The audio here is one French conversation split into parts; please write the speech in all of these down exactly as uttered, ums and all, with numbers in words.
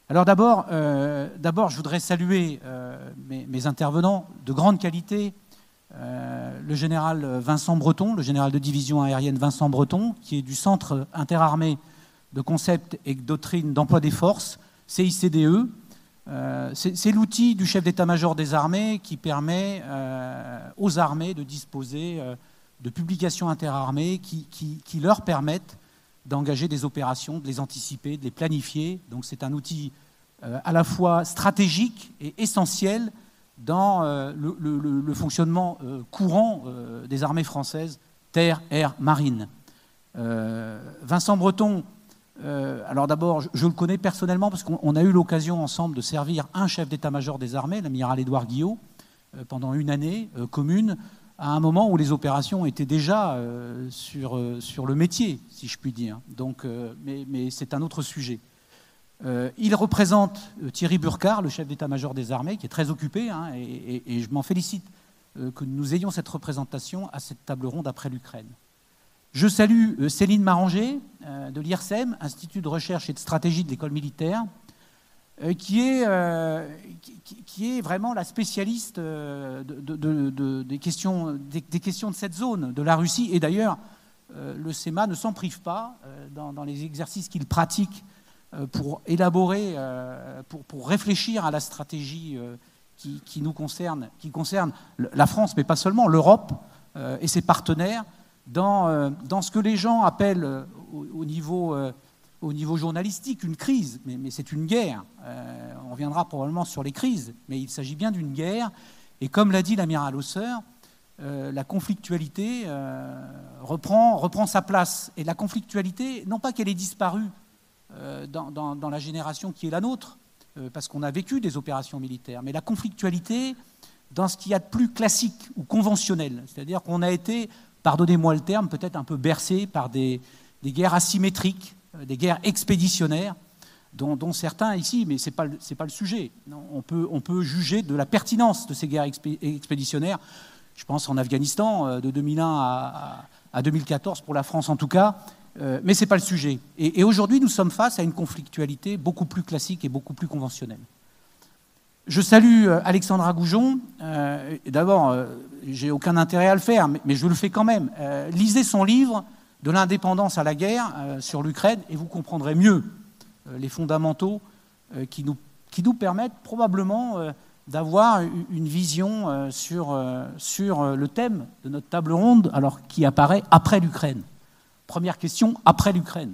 Alors d'abord, euh, d'abord, je voudrais saluer euh, mes, mes intervenants de grande qualité, euh, le général Vincent Breton, le général de division aérienne Vincent Breton, qui est du Centre interarmé de concept et de doctrine d'emploi des forces, C I C D E. Euh, c'est, c'est l'outil du chef d'état-major des armées qui permet euh, aux armées de disposer euh, de publications interarmées qui, qui, qui leur permettent d'engager des opérations, de les anticiper, de les planifier. Donc c'est un outil euh, à la fois stratégique et essentiel dans euh, le, le, le fonctionnement euh, courant euh, des armées françaises, terre, air, marine. Euh, Vincent Breton, euh, alors d'abord, je, je le connais personnellement parce qu'on a eu l'occasion ensemble de servir un chef d'état-major des armées, l'amiral Édouard Guillot, euh, pendant une année euh, commune, à un moment où les opérations étaient déjà euh, sur, euh, sur le métier, si je puis dire. Donc, euh, mais, mais c'est un autre sujet. Euh, il représente euh, Thierry Burkhardt, le chef d'état-major des armées, qui est très occupé, hein, et, et, et je m'en félicite euh, que nous ayons cette représentation à cette table ronde après l'Ukraine. Je salue euh, Céline Maranger, euh, de l'I R S E M, Institut de recherche et de stratégie de l'école militaire, euh, qui, est, euh, qui, qui est vraiment la spécialiste euh, de, de, de, des, questions, des, des questions de cette zone, de la Russie. Et d'ailleurs, euh, le C E M A ne s'en prive pas euh, dans, dans les exercices qu'il pratique euh, pour élaborer, euh, pour, pour réfléchir à la stratégie euh, qui, qui nous concerne, qui concerne la France, mais pas seulement, l'Europe euh, et ses partenaires, dans, euh, dans ce que les gens appellent euh, au, au niveau... Euh, au niveau journalistique, une crise, mais, mais c'est une guerre. Euh, on reviendra probablement sur les crises, mais il s'agit bien d'une guerre. Et comme l'a dit l'amiral Hauser, euh, la conflictualité euh, reprend, reprend sa place. Et la conflictualité, non pas qu'elle ait disparu euh, dans, dans, dans la génération qui est la nôtre, euh, parce qu'on a vécu des opérations militaires, mais la conflictualité dans ce qu'il y a de plus classique ou conventionnel. C'est-à-dire qu'on a été, pardonnez-moi le terme, peut-être un peu bercé par des, des guerres asymétriques, des guerres expéditionnaires, dont, dont certains ici, mais ce n'est pas, pas le sujet. Non, on, peut, on peut juger de la pertinence de ces guerres expé, expéditionnaires. Je pense en Afghanistan, de deux mille un à, à deux mille quatorze, pour la France en tout cas, euh, mais ce n'est pas le sujet. Et, et aujourd'hui, nous sommes face à une conflictualité beaucoup plus classique et beaucoup plus conventionnelle. Je salue Alexandra Goujon. Euh, D'abord, euh, j'ai aucun intérêt à le faire, mais, mais je le fais quand même. Euh, lisez son livre « De l'indépendance à la guerre euh, » sur l'Ukraine, et vous comprendrez mieux euh, les fondamentaux euh, qui, nous, qui nous permettent probablement euh, d'avoir une vision euh, sur, euh, sur euh, le thème de notre table ronde, alors qui apparaît après l'Ukraine. Première question, après l'Ukraine.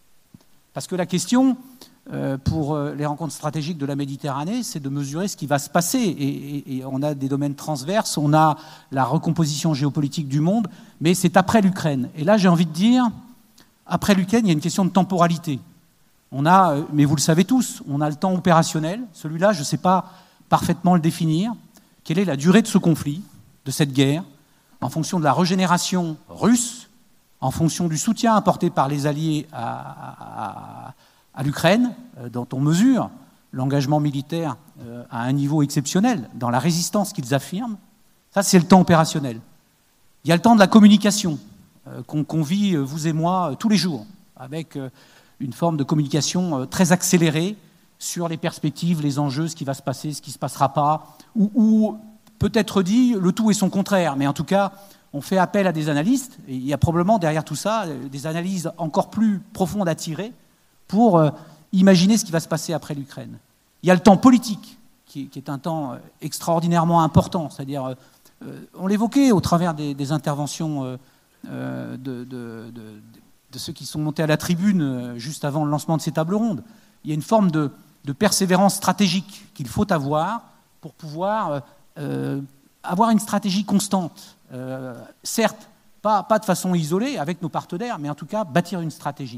Parce que la question, euh, pour euh, les rencontres stratégiques de la Méditerranée, c'est de mesurer ce qui va se passer. Et, et, et on a des domaines transverses, on a la recomposition géopolitique du monde, mais c'est après l'Ukraine. Et là, j'ai envie de dire, après l'Ukraine, il y a une question de temporalité. On a, mais vous le savez tous, on a le temps opérationnel. Celui-là, je ne sais pas parfaitement le définir. Quelle est la durée de ce conflit, de cette guerre, en fonction de la régénération russe, en fonction du soutien apporté par les alliés à, à, à l'Ukraine, dont on mesure l'engagement militaire à un niveau exceptionnel, dans la résistance qu'ils affirment. Ça, c'est le temps opérationnel. Il y a le temps de la communication, euh, qu'on qu'on vit, vous et moi, euh, tous les jours, avec euh, une forme de communication euh, très accélérée sur les perspectives, les enjeux, ce qui va se passer, ce qui ne se passera pas, ou, ou peut-être dit le tout et son contraire, mais en tout cas, on fait appel à des analystes, et il y a probablement derrière tout ça des analyses encore plus profondes à tirer pour euh, imaginer ce qui va se passer après l'Ukraine. Il y a le temps politique, qui, qui est un temps euh, extraordinairement important, c'est-à-dire... Euh, Euh, on l'évoquait au travers des, des interventions euh, euh, de, de, de, de ceux qui sont montés à la tribune euh, juste avant le lancement de ces tables rondes. Il y a une forme de, de persévérance stratégique qu'il faut avoir pour pouvoir euh, avoir une stratégie constante. Euh, certes, pas, pas de façon isolée avec nos partenaires, mais en tout cas bâtir une stratégie.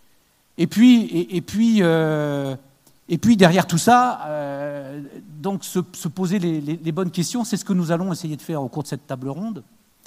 Et puis... Et, et puis euh, Et puis derrière tout ça, euh, donc se, se poser les, les, les bonnes questions, c'est ce que nous allons essayer de faire au cours de cette table ronde.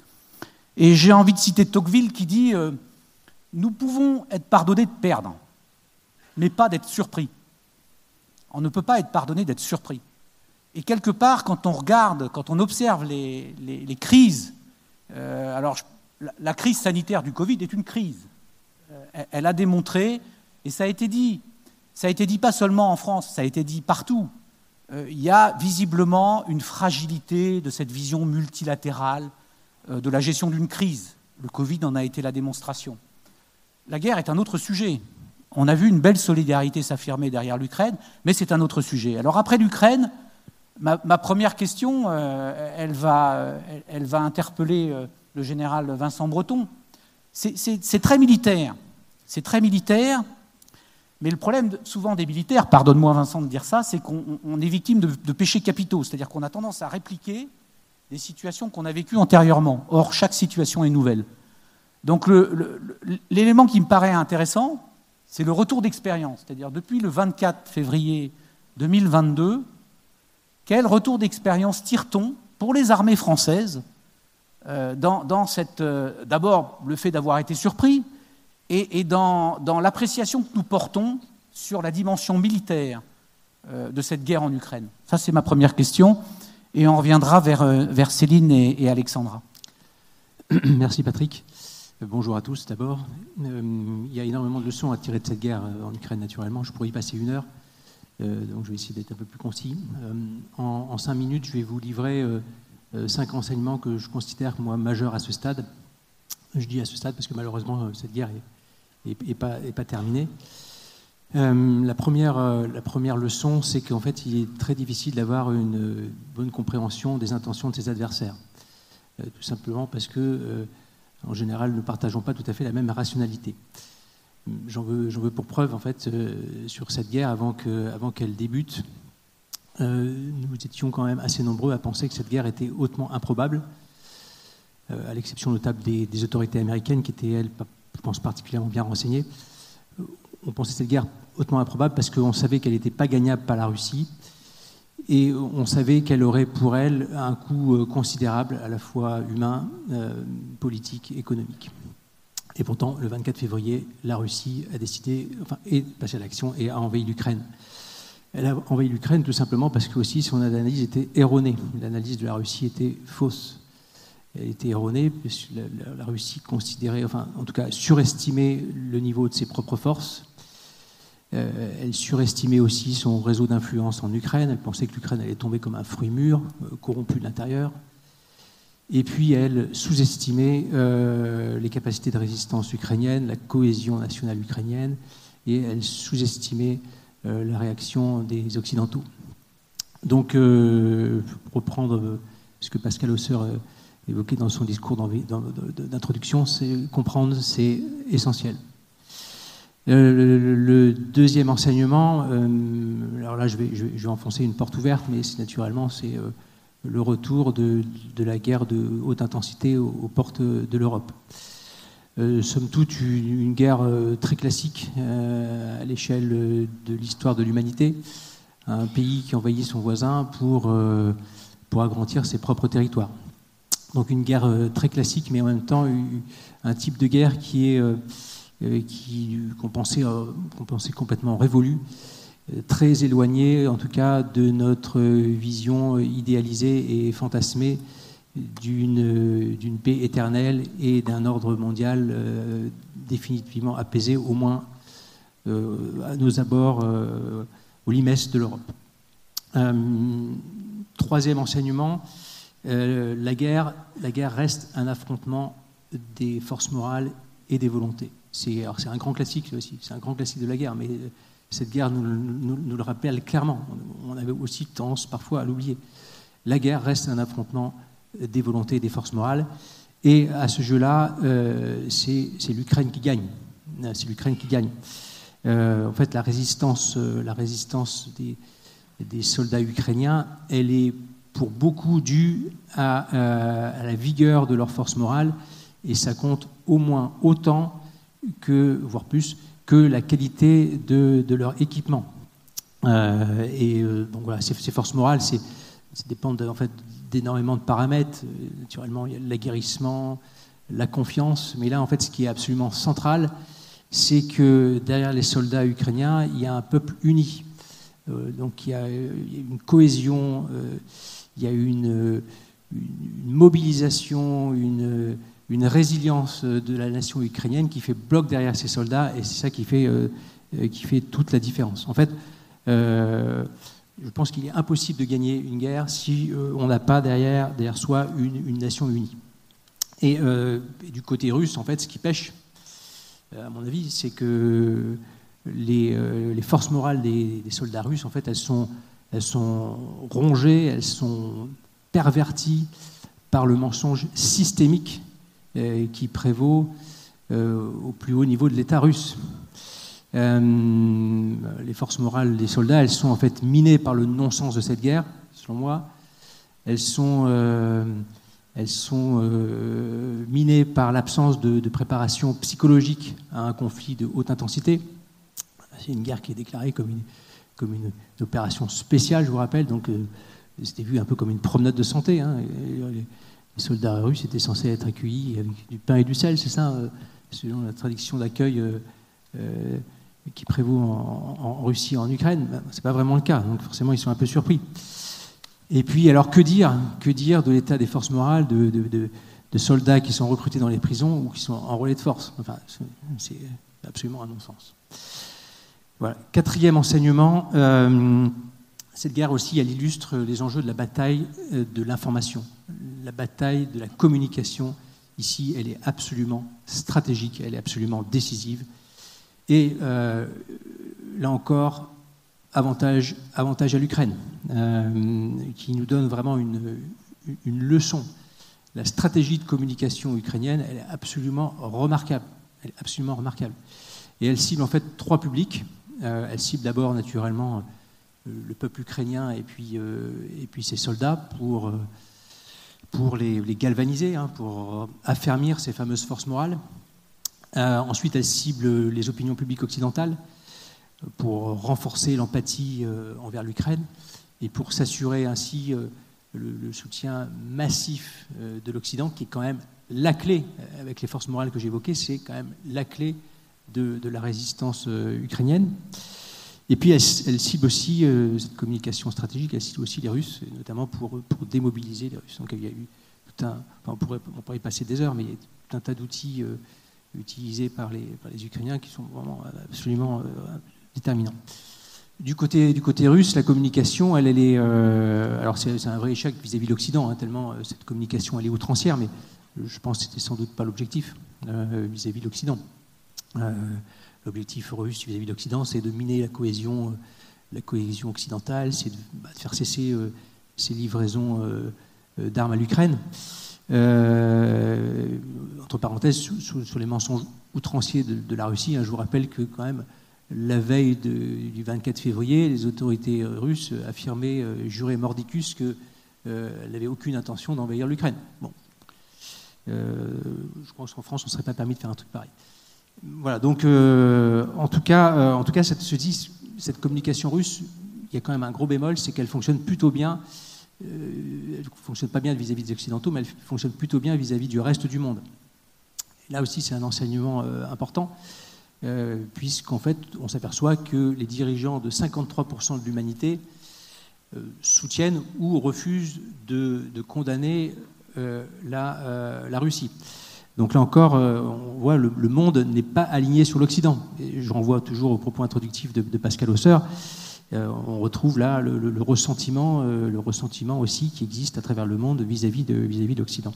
Et j'ai envie de citer Tocqueville qui dit euh, « Nous pouvons être pardonnés de perdre, mais pas d'être surpris. » On ne peut pas être pardonné d'être surpris. Et quelque part, quand on regarde, quand on observe les, les, les crises, euh, alors je, la, la crise sanitaire du Covid est une crise. Euh, elle, elle a démontré, et ça a été dit, Ça a été dit pas seulement en France, ça a été dit partout. Euh, il y a visiblement une fragilité de cette vision multilatérale euh, de la gestion d'une crise. Le Covid en a été la démonstration. La guerre est un autre sujet. On a vu une belle solidarité s'affirmer derrière l'Ukraine, mais c'est un autre sujet. Alors après l'Ukraine, ma, ma première question, euh, elle, va, elle, elle va interpeller euh, le général Vincent Breton. C'est, c'est, c'est très militaire. C'est très militaire, mais le problème de, souvent des militaires, pardonne-moi Vincent de dire ça, c'est qu'on on est victime de, de péchés capitaux, c'est-à-dire qu'on a tendance à répliquer des situations qu'on a vécues antérieurement. Or, chaque situation est nouvelle. Donc le, le, l'élément qui me paraît intéressant, c'est le retour d'expérience. C'est-à-dire depuis le vingt-quatre février deux mille vingt-deux, quel retour d'expérience tire-t-on pour les armées françaises euh, dans, dans cette, euh, d'abord le fait d'avoir été surpris et, et dans, dans l'appréciation que nous portons sur la dimension militaire euh, de cette guerre en Ukraine. Ça, c'est ma première question. Et on reviendra vers, euh, vers Céline et, et Alexandra. Merci Patrick. Bonjour à tous d'abord. Euh, il y a énormément de leçons à tirer de cette guerre en Ukraine naturellement. Je pourrais y passer une heure, euh, donc je vais essayer d'être un peu plus concis. Euh, en, en cinq minutes, je vais vous livrer euh, euh, cinq enseignements que je considère moi majeurs à ce stade. Je dis à ce stade parce que malheureusement cette guerre est, est, est, pas, est pas terminée. Euh, la, première, euh, la première leçon, c'est qu'en fait, il est très difficile d'avoir une bonne compréhension des intentions de ses adversaires. Euh, tout simplement parce que euh, en général, nous ne partageons pas tout à fait la même rationalité. J'en veux, j'en veux pour preuve, en fait, euh, sur cette guerre, avant, que, avant qu'elle débute, euh, nous étions quand même assez nombreux à penser que cette guerre était hautement improbable, euh, à l'exception notable des, des autorités américaines, qui étaient, elles, je pense, particulièrement bien renseignées. On pensait cette guerre hautement improbable parce qu'on savait qu'elle n'était pas gagnable par la Russie, et on savait qu'elle aurait pour elle un coût considérable, à la fois humain, euh, politique, économique. Et pourtant, le vingt-quatre février, la Russie a décidé, enfin, est passée à l'action et a envahi l'Ukraine. Elle a envahi l'Ukraine tout simplement parce que aussi son analyse était erronée. L'analyse de la Russie était fausse. Elle était erronée puisque la, la, la Russie considérait, enfin, en tout cas, surestimait le niveau de ses propres forces. Euh, elle surestimait aussi son réseau d'influence en Ukraine. Elle pensait que l'Ukraine allait tomber comme un fruit mûr, euh, corrompu de l'intérieur. Et puis elle sous-estimait euh, les capacités de résistance ukrainiennes, la cohésion nationale ukrainienne, et elle sous-estimait euh, la réaction des Occidentaux. Donc, euh, pour reprendre euh, ce que Pascal Hauser euh, évoquait dans son discours d'introduction, c'est comprendre, c'est essentiel. Euh, le, le deuxième enseignement, euh, alors là je vais, je vais enfoncer une porte ouverte, mais c'est, naturellement c'est euh, le retour de, de la guerre de haute intensité aux, aux portes de l'Europe. Euh, somme toute une, une guerre euh, très classique euh, à l'échelle de l'histoire de l'humanité, un pays qui envahit son voisin pour, euh, pour agrandir ses propres territoires. Donc une guerre euh, très classique, mais en même temps un type de guerre qui est... Euh, Qui, qu'on, pensait, qu'on pensait complètement révolu, très éloigné en tout cas de notre vision idéalisée et fantasmée d'une, d'une paix éternelle et d'un ordre mondial euh, définitivement apaisé, au moins euh, à nos abords, euh, aux limes de l'Europe. Euh, troisième enseignement, euh, la guerre, la guerre reste un affrontement des forces morales et des volontés. C'est, alors c'est un grand classique aussi, c'est un grand classique de la guerre, mais cette guerre nous, nous, nous le rappelle clairement. On avait aussi tendance parfois à l'oublier. La guerre reste un affrontement des volontés et des forces morales, et à ce jeu-là, euh, c'est, c'est l'Ukraine qui gagne. C'est l'Ukraine qui gagne. Euh, en fait, la résistance, la résistance des, des soldats ukrainiens, elle est pour beaucoup due à, à la vigueur de leurs forces morales, et ça compte au moins autant que, voire plus, que la qualité de, de leur équipement. Euh, et euh, donc voilà, ces, ces forces morales, c'est, ça dépend de, en fait, d'énormément de paramètres. Naturellement, il y a l'aguerrissement, la confiance, mais là, en fait, ce qui est absolument central, c'est que derrière les soldats ukrainiens, il y a un peuple uni. Euh, donc il y a, il y a une cohésion, euh, il y a une, une mobilisation, une... une résilience de la nation ukrainienne qui fait bloc derrière ses soldats, et c'est ça qui fait euh, euh, qui fait toute la différence. En fait, euh, je pense qu'il est impossible de gagner une guerre si euh, on n'a pas derrière, derrière soi une, une nation unie. Et, euh, et du côté russe, en fait, ce qui pêche, à mon avis, c'est que les, euh, les forces morales des, des soldats russes, en fait, elles sont, elles sont rongées, elles sont perverties par le mensonge systémique euh, qui prévaut euh, au plus haut niveau de l'État russe. Euh, les forces morales des soldats, elles sont en fait minées par le non-sens de cette guerre, selon moi. Elles sont, euh, elles sont euh, minées par l'absence de, de préparation psychologique à un conflit de haute intensité. C'est une guerre qui est déclarée comme une, comme une, une opération spéciale, je vous rappelle, donc euh, c'était vu un peu comme une promenade de santé. Hein. Les, les soldats russes étaient censés être accueillis avec du pain et du sel, c'est ça, euh, selon la tradition d'accueil euh, euh, qui prévaut en, en, en Russie et en Ukraine. Ben, c'est pas vraiment le cas, donc forcément ils sont un peu surpris. Et puis, alors que dire, que dire de l'état des forces morales, de, de, de, de soldats qui sont recrutés dans les prisons ou qui sont enrôlés de force? Enfin, c'est absolument un non-sens. Voilà. Quatrième enseignement, euh, cette guerre aussi, elle illustre les enjeux de la bataille de l'information, la bataille de la communication. Ici, elle est absolument stratégique, elle est absolument décisive. Et euh, là encore, avantage, avantage à l'Ukraine, euh, qui nous donne vraiment une, une leçon. La stratégie de communication ukrainienne, elle est absolument remarquable. Elle est absolument remarquable. Et elle cible en fait trois publics. Euh, elle cible d'abord naturellement euh, le peuple ukrainien et puis, euh, et puis ses soldats pour, euh, pour les, les galvaniser, hein, pour affermir ces fameuses forces morales. Euh, ensuite, elle cible les opinions publiques occidentales pour renforcer l'empathie euh, envers l'Ukraine et pour s'assurer ainsi euh, le, le soutien massif euh, de l'Occident, qui est quand même la clé, avec les forces morales que j'évoquais, c'est quand même la clé de, de la résistance euh, ukrainienne. Et puis elle, elle cible aussi, euh, cette communication stratégique, elle cible aussi les Russes, notamment pour, pour démobiliser les Russes. Donc il y a eu tout un, enfin, on, pourrait, on pourrait y passer des heures, mais il y a tout un tas d'outils euh, utilisés par les, par les Ukrainiens qui sont vraiment absolument euh, déterminants. Du côté, du côté russe, la communication, elle, elle est, euh, alors c'est, c'est un vrai échec vis-à-vis de l'Occident, hein, tellement euh, cette communication, elle est outrancière, mais je pense que c'était sans doute pas l'objectif euh, vis-à-vis de l'Occident. Euh, l'objectif russe vis-à-vis de l'Occident, c'est de miner la cohésion, euh, la cohésion occidentale, c'est de, bah, de faire cesser euh, ces livraisons euh, euh, d'armes à l'Ukraine. Euh, entre parenthèses, sur, sur les mensonges outranciers de, de la Russie, hein, je vous rappelle que quand même, la veille de, du vingt-quatre février, les autorités russes affirmaient, euh, juraient mordicus, qu'elles euh, n'avaient aucune intention d'envahir l'Ukraine. Bon. Euh, je pense qu'en France, on ne serait pas permis de faire un truc pareil. Voilà, donc euh, en tout cas, euh, en tout cas cette, cette communication russe, il y a quand même un gros bémol, c'est qu'elle fonctionne plutôt bien. Euh, elle ne fonctionne pas bien vis-à-vis des Occidentaux, mais elle fonctionne plutôt bien vis-à-vis du reste du monde. Et là aussi, c'est un enseignement euh, important, euh, puisqu'en fait, on s'aperçoit que les dirigeants de cinquante-trois pour cent de l'humanité euh, soutiennent ou refusent de, de condamner euh, la, euh, la Russie. Donc là encore, euh, on voit le, le monde n'est pas aligné sur l'Occident. Et je renvoie toujours au propos introductif de, de Pascal Hausseur. Euh, on retrouve là le, le, le ressentiment, euh, le ressentiment aussi qui existe à travers le monde vis-à-vis de, vis-à-vis de l'Occident.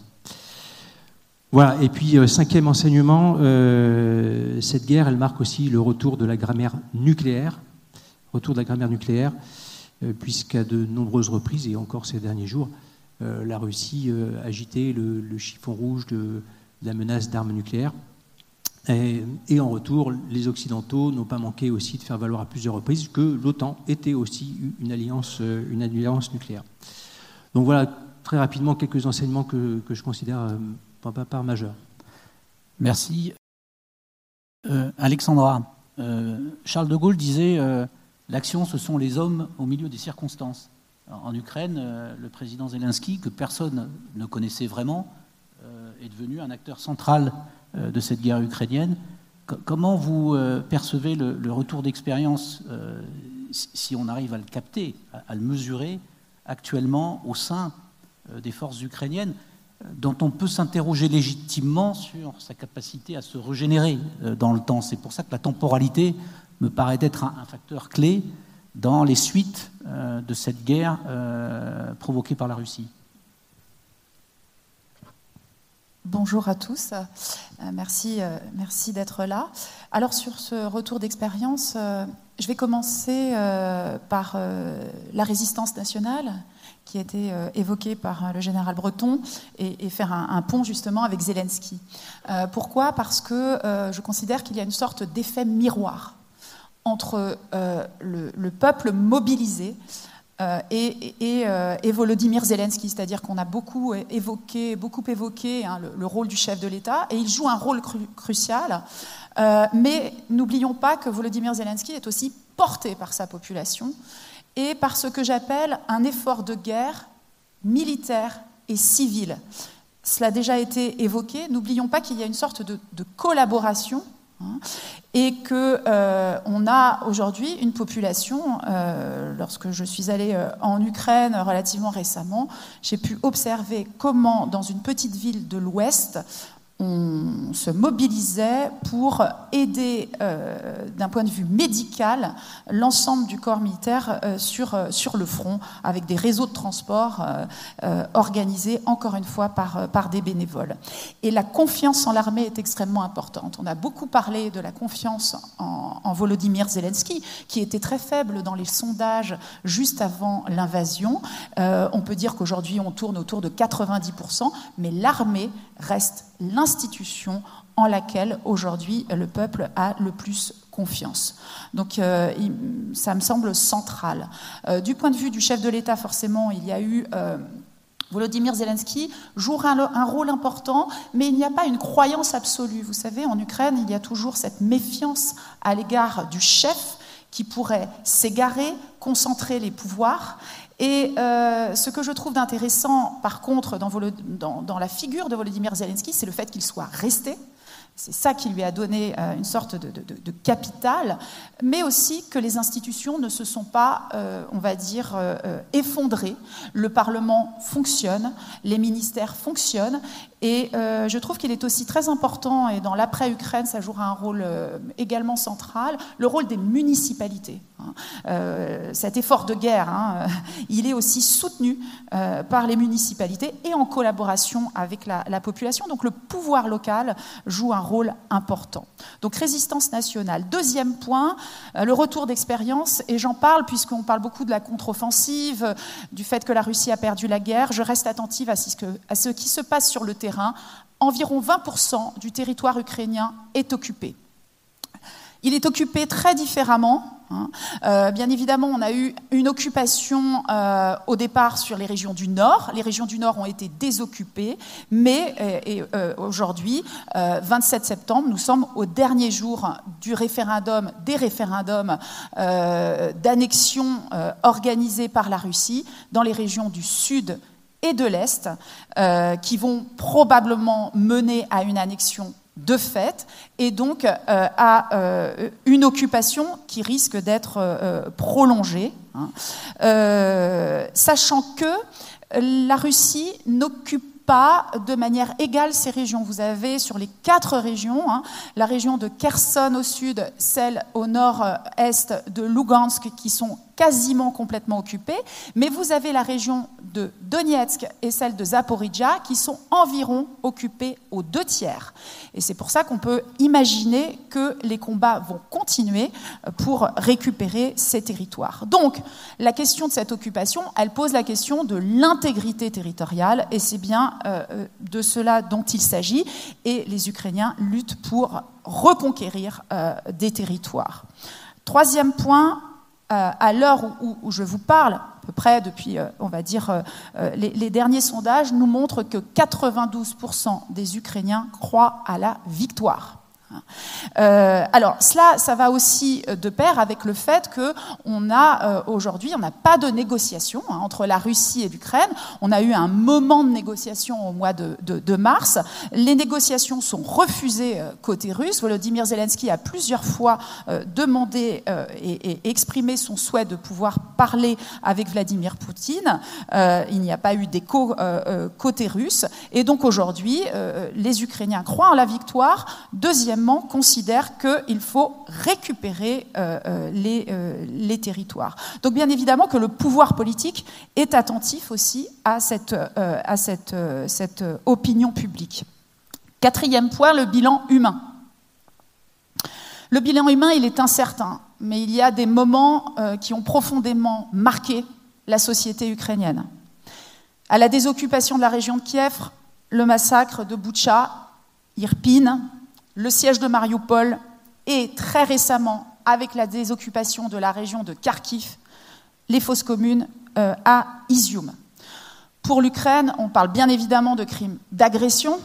Voilà. Et puis euh, cinquième enseignement, euh, cette guerre, elle marque aussi le retour de la grammaire nucléaire, retour de la grammaire nucléaire, euh, puisqu'à de nombreuses reprises et encore ces derniers jours, euh, la Russie euh, agitait le, le chiffon rouge de, de la menace d'armes nucléaires. Et, et en retour, les Occidentaux n'ont pas manqué aussi de faire valoir à plusieurs reprises que l'OTAN était aussi une alliance, une alliance nucléaire. Donc voilà, très rapidement, quelques enseignements que, que je considère euh, pour ma part majeurs. Merci. Euh, Alexandra, euh, Charles de Gaulle disait euh, « L'action, ce sont les hommes au milieu des circonstances ». En Ukraine, euh, le président Zelensky, que personne ne connaissait vraiment, euh, est devenu un acteur central de cette guerre ukrainienne. Comment vous euh, percevez le, le retour d'expérience, euh, si on arrive à le capter, à, à le mesurer actuellement au sein euh, des forces ukrainiennes, dont on peut s'interroger légitimement sur sa capacité à se régénérer dans le temps. C'est pour ça que la temporalité me paraît être un, un facteur clé dans les suites euh, de cette guerre euh, provoquée par la Russie. Bonjour à tous, euh, merci, euh, merci d'être là. Alors sur ce retour d'expérience, euh, je vais commencer euh, par euh, la résistance nationale qui a été euh, évoquée par le général Breton et, et faire un, un pont justement avec Zelensky. Euh, pourquoi ? Parce que euh, je considère qu'il y a une sorte d'effet miroir entre euh, le, le peuple mobilisé Euh, et, et, euh, et Volodymyr Zelensky, c'est-à-dire qu'on a beaucoup évoqué, beaucoup évoqué hein, le, le rôle du chef de l'État, et il joue un rôle cru, crucial. Euh, mais n'oublions pas que Volodymyr Zelensky est aussi porté par sa population et par ce que j'appelle un effort de guerre militaire et civil. Cela a déjà été évoqué. N'oublions pas qu'il y a une sorte de, de collaboration. Hein, et qu'on euh, a aujourd'hui une population, euh, lorsque je suis allée euh, en Ukraine relativement récemment, j'ai pu observer comment dans une petite ville de l'Ouest, on se mobilisait pour aider euh, d'un point de vue médical l'ensemble du corps militaire euh, sur, euh, sur le front avec des réseaux de transport euh, euh, organisés encore une fois par, euh, par des bénévoles. Et la confiance en l'armée est extrêmement importante. On a beaucoup parlé de la confiance en, en Volodymyr Zelensky qui était très faible dans les sondages juste avant l'invasion. Euh, on peut dire qu'aujourd'hui on tourne autour de quatre-vingt-dix pour cent, mais l'armée reste l'institution en laquelle aujourd'hui le peuple a le plus confiance. Donc euh, ça me semble central. Euh, du point de vue du chef de l'État, forcément, il y a eu... Euh, Volodymyr Zelensky jouera un, un rôle important, mais il n'y a pas une croyance absolue. Vous savez, en Ukraine, il y a toujours cette méfiance à l'égard du chef qui pourrait s'égarer, concentrer les pouvoirs. Et euh, ce que je trouve d'intéressant, par contre, dans, Volo- dans, dans la figure de Volodymyr Zelensky, c'est le fait qu'il soit resté. C'est ça qui lui a donné euh, une sorte de, de, de capital, mais aussi que les institutions ne se sont pas, euh, on va dire, euh, effondrées. Le Parlement fonctionne, les ministères fonctionnent, et euh, je trouve qu'il est aussi très important, et dans l'après-Ukraine, ça jouera un rôle euh, également central, le rôle des municipalités. Hein. Euh, cet effort de guerre, hein, il est aussi soutenu euh, par les municipalités et en collaboration avec la, la population. Donc le pouvoir local joue un rôle important. Donc résistance nationale. Deuxième point, le retour d'expérience, et j'en parle puisqu'on parle beaucoup de la contre-offensive, du fait que la Russie a perdu la guerre. Je reste attentive à ce, que, à ce qui se passe sur le terrain. Environ vingt pour cent du territoire ukrainien est occupé. Il est occupé très différemment. Hein. Euh, bien évidemment, on a eu une occupation euh, au départ sur les régions du Nord. Les régions du Nord ont été désoccupées, mais et, et, euh, aujourd'hui, euh, vingt-sept septembre, nous sommes au dernier jour du référendum, des référendums euh, d'annexion euh, organisés par la Russie dans les régions du Sud et de l'Est, euh, qui vont probablement mener à une annexion de fait, et donc euh, à euh, une occupation qui risque d'être euh, prolongée, hein. euh, sachant que la Russie n'occupe pas de manière égale ces régions. Vous avez sur les quatre régions, hein, la région de Kherson au sud, celle au nord-est de Lugansk qui sont quasiment complètement occupées, mais vous avez la région de Donetsk et celle de Zaporijjia qui sont environ occupées aux deux tiers. Et c'est pour ça qu'on peut imaginer que les combats vont continuer pour récupérer ces territoires. Donc, la question de cette occupation, elle pose la question de l'intégrité territoriale, et c'est bien euh, de cela dont il s'agit, et les Ukrainiens luttent pour reconquérir euh, des territoires. Troisième point, Euh, à l'heure où, où je vous parle, à peu près depuis, euh, on va dire, euh, les, les derniers sondages nous montrent que quatre-vingt-douze pour cent des Ukrainiens croient à la victoire. Euh, alors cela, ça va aussi de pair avec le fait qu'on a euh, aujourd'hui, on n'a pas de négociation hein, entre la Russie et l'Ukraine. On a eu un moment de négociation au mois de, de, de mars. Les négociations sont refusées euh, côté russe. Volodymyr Zelensky a plusieurs fois euh, demandé euh, et, et exprimé son souhait de pouvoir parler avec Vladimir Poutine. Euh, il n'y a pas eu d'écho euh, euh, côté russe. Et donc aujourd'hui, euh, les Ukrainiens croient en la victoire. Deuxièmement, considère qu'il faut récupérer euh, euh, les, euh, les territoires. Donc bien évidemment que le pouvoir politique est attentif aussi à cette, euh, à cette, euh, cette opinion publique. Quatrième point, le bilan humain. Le bilan humain, il est incertain, mais il y a des moments euh, qui ont profondément marqué la société ukrainienne. À la désoccupation de la région de Kiev, le massacre de Boutcha, Irpin, le siège de Mariupol et très récemment, avec la désoccupation de la région de Kharkiv, les fosses communes euh, à Izium. Pour l'Ukraine, on parle bien évidemment de crimes d'agression,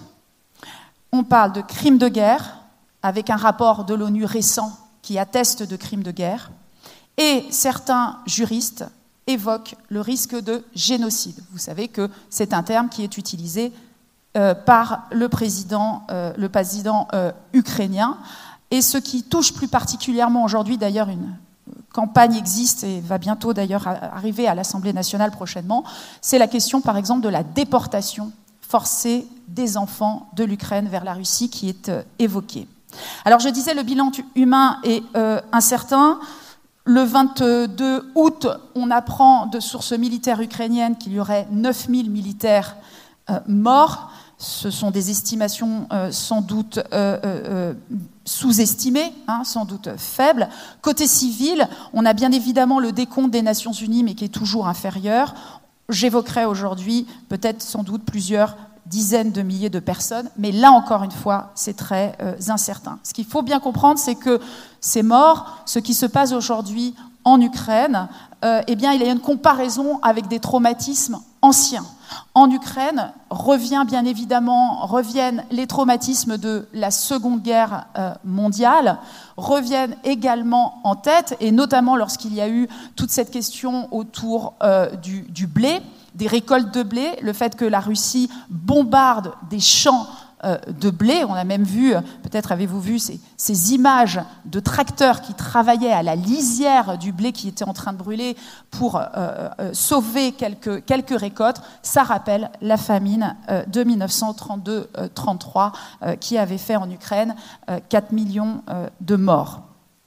on parle de crimes de guerre, avec un rapport de l'ONU récent qui atteste de crimes de guerre, et certains juristes évoquent le risque de génocide. Vous savez que c'est un terme qui est utilisé Euh, par le président, euh, le président euh, ukrainien. Et ce qui touche plus particulièrement aujourd'hui, d'ailleurs une campagne existe et va bientôt d'ailleurs arriver à l'Assemblée nationale prochainement, c'est la question par exemple de la déportation forcée des enfants de l'Ukraine vers la Russie qui est euh, évoquée. Alors je disais, le bilan humain est euh, incertain. Le vingt-deux août, on apprend de sources militaires ukrainiennes qu'il y aurait neuf mille militaires euh, morts. Ce sont des estimations euh, sans doute euh, euh, sous-estimées, hein, sans doute faibles. Côté civil, on a bien évidemment le décompte des Nations Unies, mais qui est toujours inférieur. J'évoquerai aujourd'hui peut-être sans doute plusieurs dizaines de milliers de personnes, mais là encore une fois, c'est très euh, incertain. Ce qu'il faut bien comprendre, c'est que ces morts, ce qui se passe aujourd'hui en Ukraine, euh, eh bien, il y a une comparaison avec des traumatismes anciens. En Ukraine, revient bien évidemment, reviennent les traumatismes de la Seconde Guerre euh, mondiale, reviennent également en tête, et notamment lorsqu'il y a eu toute cette question autour euh, du, du blé, des récoltes de blé, le fait que la Russie bombarde des champs euh, de blé. On a même vu, peut-être avez-vous vu ces, ces images de tracteurs qui travaillaient à la lisière du blé qui était en train de brûler pour euh, euh, sauver quelques, quelques récoltes. Ça rappelle la famine euh, de mille neuf cent trente-deux trente-trois euh, qui avait fait en Ukraine euh, quatre millions euh, de morts.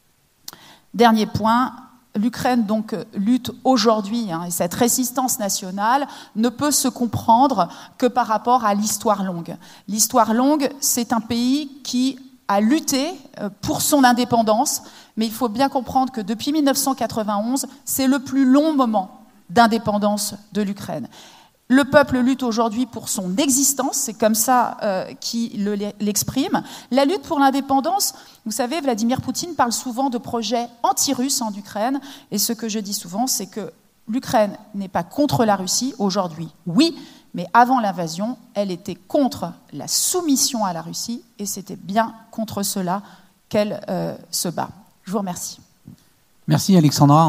Dernier point. L'Ukraine donc lutte aujourd'hui, hein, et cette résistance nationale ne peut se comprendre que par rapport à l'histoire longue. L'histoire longue, c'est un pays qui a lutté pour son indépendance, mais il faut bien comprendre que depuis mille neuf cent quatre-vingt-onze, c'est le plus long moment d'indépendance de l'Ukraine. Le peuple lutte aujourd'hui pour son existence, c'est comme ça euh, qu'il l'exprime. La lutte pour l'indépendance, vous savez, Vladimir Poutine parle souvent de projets anti-russes en Ukraine, et ce que je dis souvent, c'est que l'Ukraine n'est pas contre la Russie aujourd'hui, oui, mais avant l'invasion, elle était contre la soumission à la Russie, et c'était bien contre cela qu'elle euh, se bat. Je vous remercie. Merci Alexandra.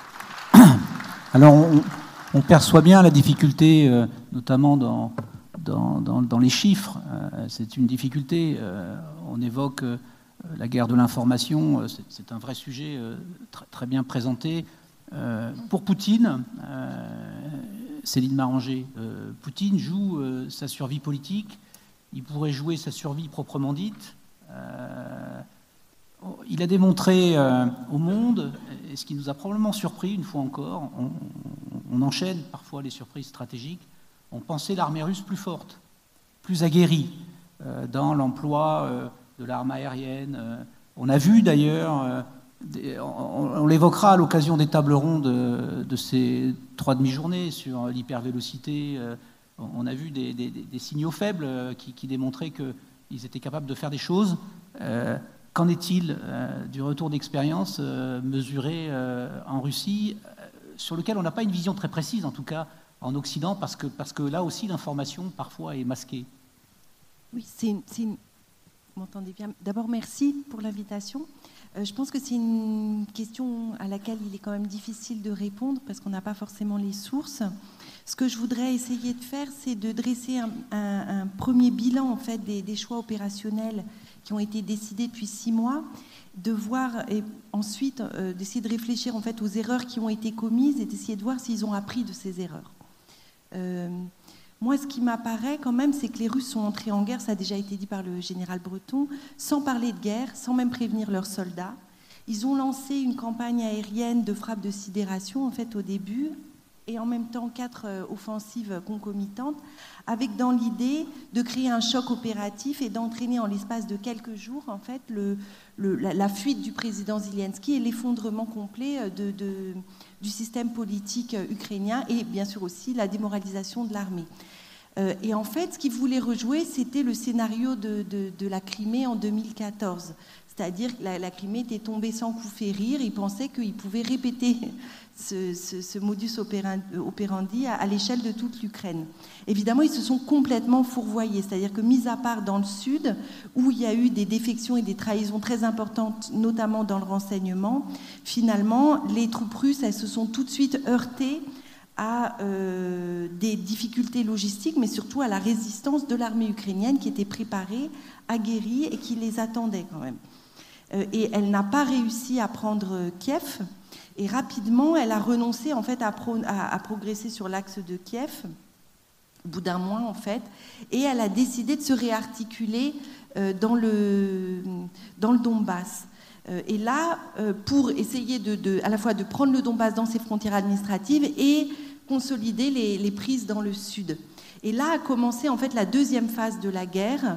Alors, on... On perçoit bien la difficulté, euh, notamment dans, dans, dans, dans les chiffres. Euh, c'est une difficulté. Euh, on évoque euh, la guerre de l'information. Euh, c'est, c'est un vrai sujet euh, très, très bien présenté. Euh, pour Poutine, euh, Céline Maranger, euh, Poutine joue euh, sa survie politique. Il pourrait jouer sa survie proprement dite. Euh, Il a démontré euh, au monde, et ce qui nous a probablement surpris une fois encore, on, on enchaîne parfois les surprises stratégiques, on pensait l'armée russe plus forte, plus aguerrie euh, dans l'emploi euh, de l'arme aérienne. Euh, on a vu d'ailleurs, euh, des, on, on l'évoquera à l'occasion des tables rondes de, de ces trois demi-journées sur l'hypervélocité, euh, on a vu des, des, des signaux faibles qui, qui démontraient qu'ils étaient capables de faire des choses. Euh, Qu'en est-il euh, du retour d'expérience euh, mesuré euh, en Russie, euh, sur lequel on n'a pas une vision très précise, en tout cas en Occident, parce que, parce que là aussi l'information parfois est masquée? Oui, c'est une, c'est une, Vous m'entendez bien? D'abord, merci pour l'invitation. Euh, je pense que c'est une question à laquelle il est quand même difficile de répondre parce qu'on n'a pas forcément les sources. Ce que je voudrais essayer de faire, c'est de dresser un, un, un premier bilan en fait, des, des choix opérationnels qui ont été décidés depuis six mois, de voir et ensuite euh, d'essayer de réfléchir en fait, aux erreurs qui ont été commises et d'essayer de voir s'ils ont appris de ces erreurs. Euh, moi, ce qui m'apparaît quand même, c'est que les Russes sont entrés en guerre, ça a déjà été dit par le général Breton, sans parler de guerre, sans même prévenir leurs soldats. Ils ont lancé une campagne aérienne de frappe de sidération en fait, au début, et en même temps quatre euh, offensives concomitantes, avec dans l'idée de créer un choc opératif et d'entraîner en l'espace de quelques jours en fait, le, le, la, la fuite du président Zelensky et l'effondrement complet de, de, du système politique ukrainien et bien sûr aussi la démoralisation de l'armée. Euh, et en fait, ce qu'ils voulaient rejouer, c'était le scénario de, de, de la Crimée en deux mille quatorze. C'est-à-dire que la, la Crimée était tombée sans coup férir, ils pensaient qu'ils pouvaient répéter ce, ce, ce modus operandi à, à l'échelle de toute l'Ukraine. Évidemment, ils se sont complètement fourvoyés, c'est-à-dire que, mis à part dans le sud, où il y a eu des défections et des trahisons très importantes, notamment dans le renseignement, finalement, les troupes russes, elles se sont tout de suite heurtées à euh, des difficultés logistiques, mais surtout à la résistance de l'armée ukrainienne qui était préparée, aguerrie et qui les attendait quand même. Euh, et elle n'a pas réussi à prendre Kiev, et rapidement, elle a renoncé en fait à, pro, à, à progresser sur l'axe de Kiev, au bout d'un mois en fait, et elle a décidé de se réarticuler euh, dans, le, dans le Donbass. Euh, et là, euh, pour essayer de, de, à la fois de prendre le Donbass dans ses frontières administratives et consolider les, les prises dans le sud. Et là a commencé en fait la deuxième phase de la guerre,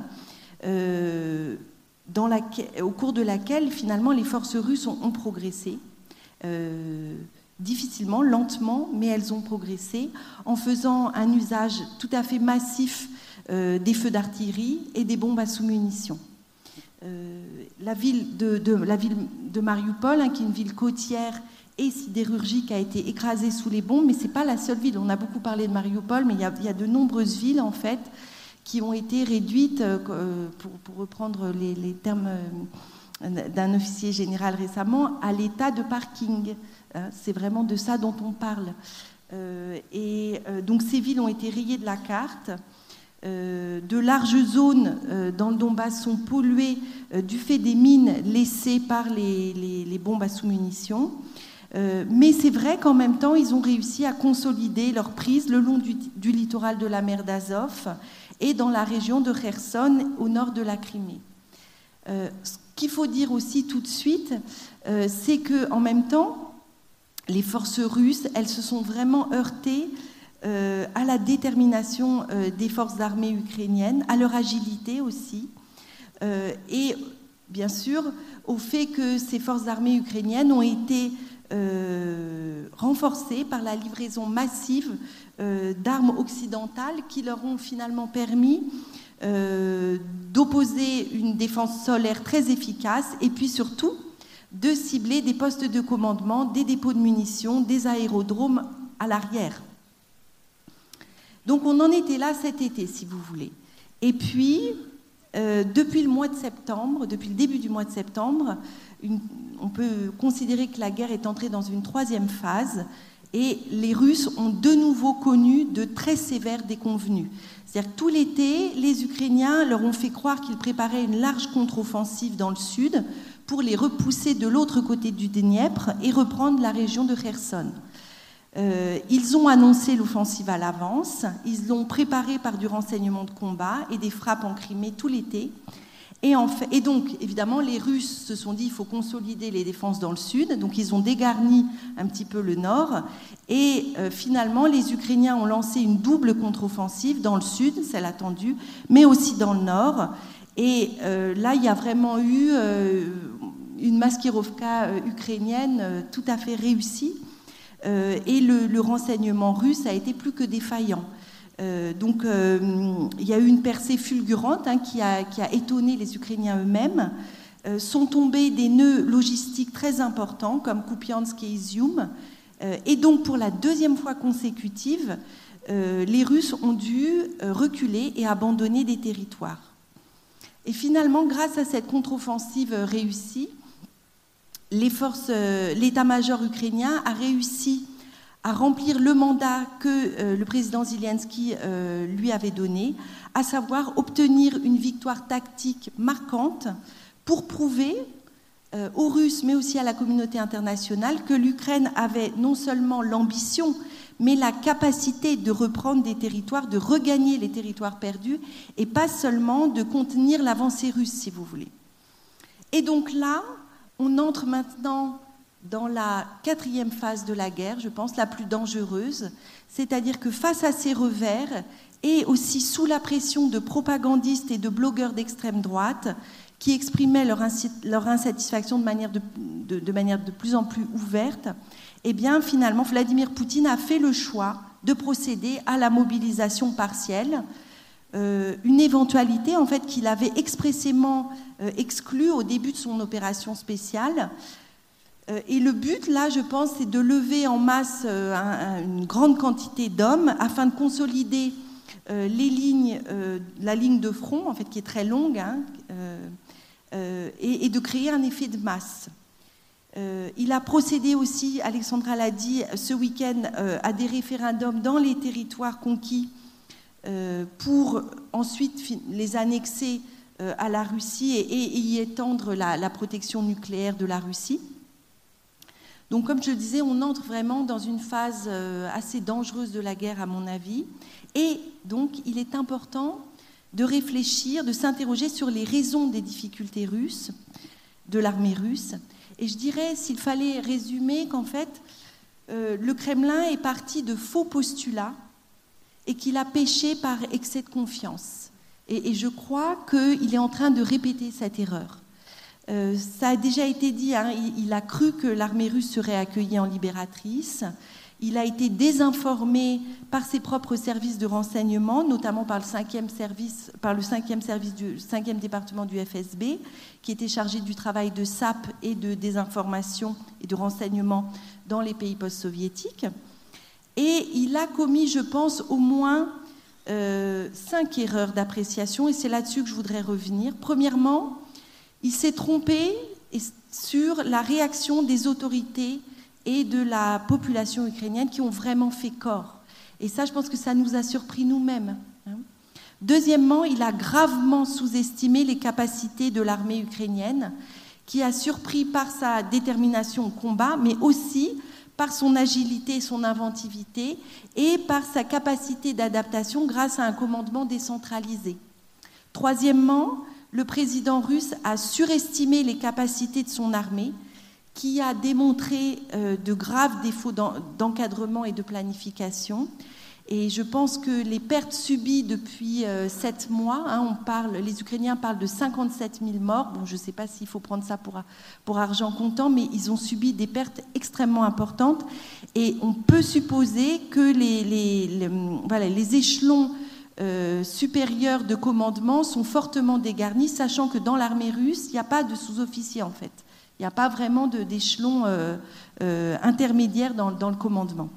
euh, dans la, au cours de laquelle finalement les forces russes ont, ont progressé. Euh, difficilement, lentement, mais elles ont progressé en faisant un usage tout à fait massif euh, des feux d'artillerie et des bombes à sous-munitions. Euh, la, ville de, de, la ville de Mariupol, hein, qui est une ville côtière et sidérurgique, a été écrasée sous les bombes, mais ce n'est pas la seule ville. On a beaucoup parlé de Mariupol, mais il y a, il y a de nombreuses villes, en fait, qui ont été réduites, euh, pour, pour reprendre les, les termes euh, d'un officier général récemment, à l'état de parking. Hein, c'est vraiment de ça dont on parle. Euh, et euh, donc ces villes ont été rayées de la carte. Euh, de larges zones euh, dans le Donbass sont polluées euh, du fait des mines laissées par les, les, les bombes à sous-munitions. Euh, mais c'est vrai qu'en même temps, ils ont réussi à consolider leur prise le long du, du littoral de la mer d'Azov et dans la région de Kherson, au nord de la Crimée. Euh, ce qu'il faut dire aussi tout de suite, euh, c'est qu'en même temps, les forces russes, elles se sont vraiment heurtées euh, à la détermination euh, des forces armées ukrainiennes, à leur agilité aussi, euh, et bien sûr au fait que ces forces armées ukrainiennes ont été euh, renforcées par la livraison massive euh, d'armes occidentales qui leur ont finalement permis euh, d'opposer une défense solaire très efficace et puis surtout de cibler des postes de commandement, des dépôts de munitions, des aérodromes à l'arrière. Donc on en était là cet été, si vous voulez. Et puis, euh, depuis le mois de septembre, depuis le début du mois de septembre, une, on peut considérer que la guerre est entrée dans une troisième phase et les Russes ont de nouveau connu de très sévères déconvenues. C'est-à-dire que tout l'été, les Ukrainiens leur ont fait croire qu'ils préparaient une large contre-offensive dans le sud pour les repousser de l'autre côté du Dniepr et reprendre la région de Kherson. Euh, ils ont annoncé l'offensive à l'avance, ils l'ont préparée par du renseignement de combat et des frappes en Crimée tout l'été. Et, en fait, et donc, évidemment, les Russes se sont dit qu'il faut consolider les défenses dans le sud, donc ils ont dégarni un petit peu le nord. Et euh, finalement, les Ukrainiens ont lancé une double contre-offensive dans le sud, celle attendue, mais aussi dans le nord. Et euh, là, il y a vraiment eu euh, une maskirovka euh, ukrainienne euh, tout à fait réussie. Euh, et le, le renseignement russe a été plus que défaillant. Euh, donc, euh, il y a eu une percée fulgurante hein, qui, a, qui a étonné les Ukrainiens eux-mêmes. Euh, sont tombés des nœuds logistiques très importants, comme Kupiansk et Izium. Euh, et donc, pour la deuxième fois consécutive, euh, les Russes ont dû euh, reculer et abandonner des territoires. Et finalement, grâce à cette contre-offensive réussie, les forces, euh, l'état-major ukrainien a réussi à remplir le mandat que euh, le président Zelensky euh, lui avait donné, à savoir obtenir une victoire tactique marquante pour prouver euh, aux Russes, mais aussi à la communauté internationale, que l'Ukraine avait non seulement l'ambition, mais la capacité de reprendre des territoires, de regagner les territoires perdus, et pas seulement de contenir l'avancée russe, si vous voulez. Et donc là, on entre maintenant dans la quatrième phase de la guerre, je pense, la plus dangereuse, c'est-à-dire que face à ces revers, et aussi sous la pression de propagandistes et de blogueurs d'extrême droite, qui exprimaient leur, leur insatisfaction de manière de, de, de manière de plus en plus ouverte, eh bien, finalement, Vladimir Poutine a fait le choix de procéder à la mobilisation partielle, euh, une éventualité, en fait, qu'il avait expressément euh, exclue au début de son opération spéciale. Euh, et le but, là, je pense, c'est de lever en masse euh, un, une grande quantité d'hommes afin de consolider euh, les lignes, euh, la ligne de front, en fait, qui est très longue, hein, euh, euh, et, et de créer un effet de masse. Euh, il a procédé aussi, Alexandra l'a dit, ce week-end euh, à des référendums dans les territoires conquis euh, pour ensuite les annexer euh, à la Russie et, et y étendre la, la protection nucléaire de la Russie. Donc, comme je le disais, on entre vraiment dans une phase euh, assez dangereuse de la guerre, à mon avis. Et donc, il est important de réfléchir, de s'interroger sur les raisons des difficultés russes, de l'armée russe. Et je dirais, s'il fallait résumer, qu'en fait, euh, le Kremlin est parti de faux postulats et qu'il a péché par excès de confiance. Et, et je crois qu'il est en train de répéter cette erreur. Euh, ça a déjà été dit, hein, il, il a cru que l'armée russe serait accueillie en libératrice. Il a été désinformé par ses propres services de renseignement, notamment par le cinquième service, par le cinquième service du cinquième département du F S B, qui était chargé du travail de S A P et de désinformation et de renseignement dans les pays post-soviétiques. Et il a commis, je pense, au moins euh, cinq erreurs d'appréciation, et c'est là-dessus que je voudrais revenir. Premièrement, il s'est trompé sur la réaction des autorités et de la population ukrainienne qui ont vraiment fait corps. Et ça, je pense que ça nous a surpris nous-mêmes. Deuxièmement, il a gravement sous-estimé les capacités de l'armée ukrainienne, qui a surpris par sa détermination au combat, mais aussi par son agilité et son inventivité, et par sa capacité d'adaptation grâce à un commandement décentralisé. Troisièmement, le président russe a surestimé les capacités de son armée, qui a démontré euh, de graves défauts d'encadrement et de planification. Et je pense que les pertes subies depuis euh, sept mois, hein, on parle, les Ukrainiens parlent de cinquante-sept mille morts. Bon, je ne sais pas s'il faut prendre ça pour, pour argent comptant, mais ils ont subi des pertes extrêmement importantes. Et on peut supposer que les, les, les, voilà, les échelons euh, supérieurs de commandement sont fortement dégarnis, sachant que dans l'armée russe, il n'y a pas de sous-officiers, en fait. Il n'y a pas vraiment de, d'échelon euh, euh, intermédiaire dans, dans le commandement.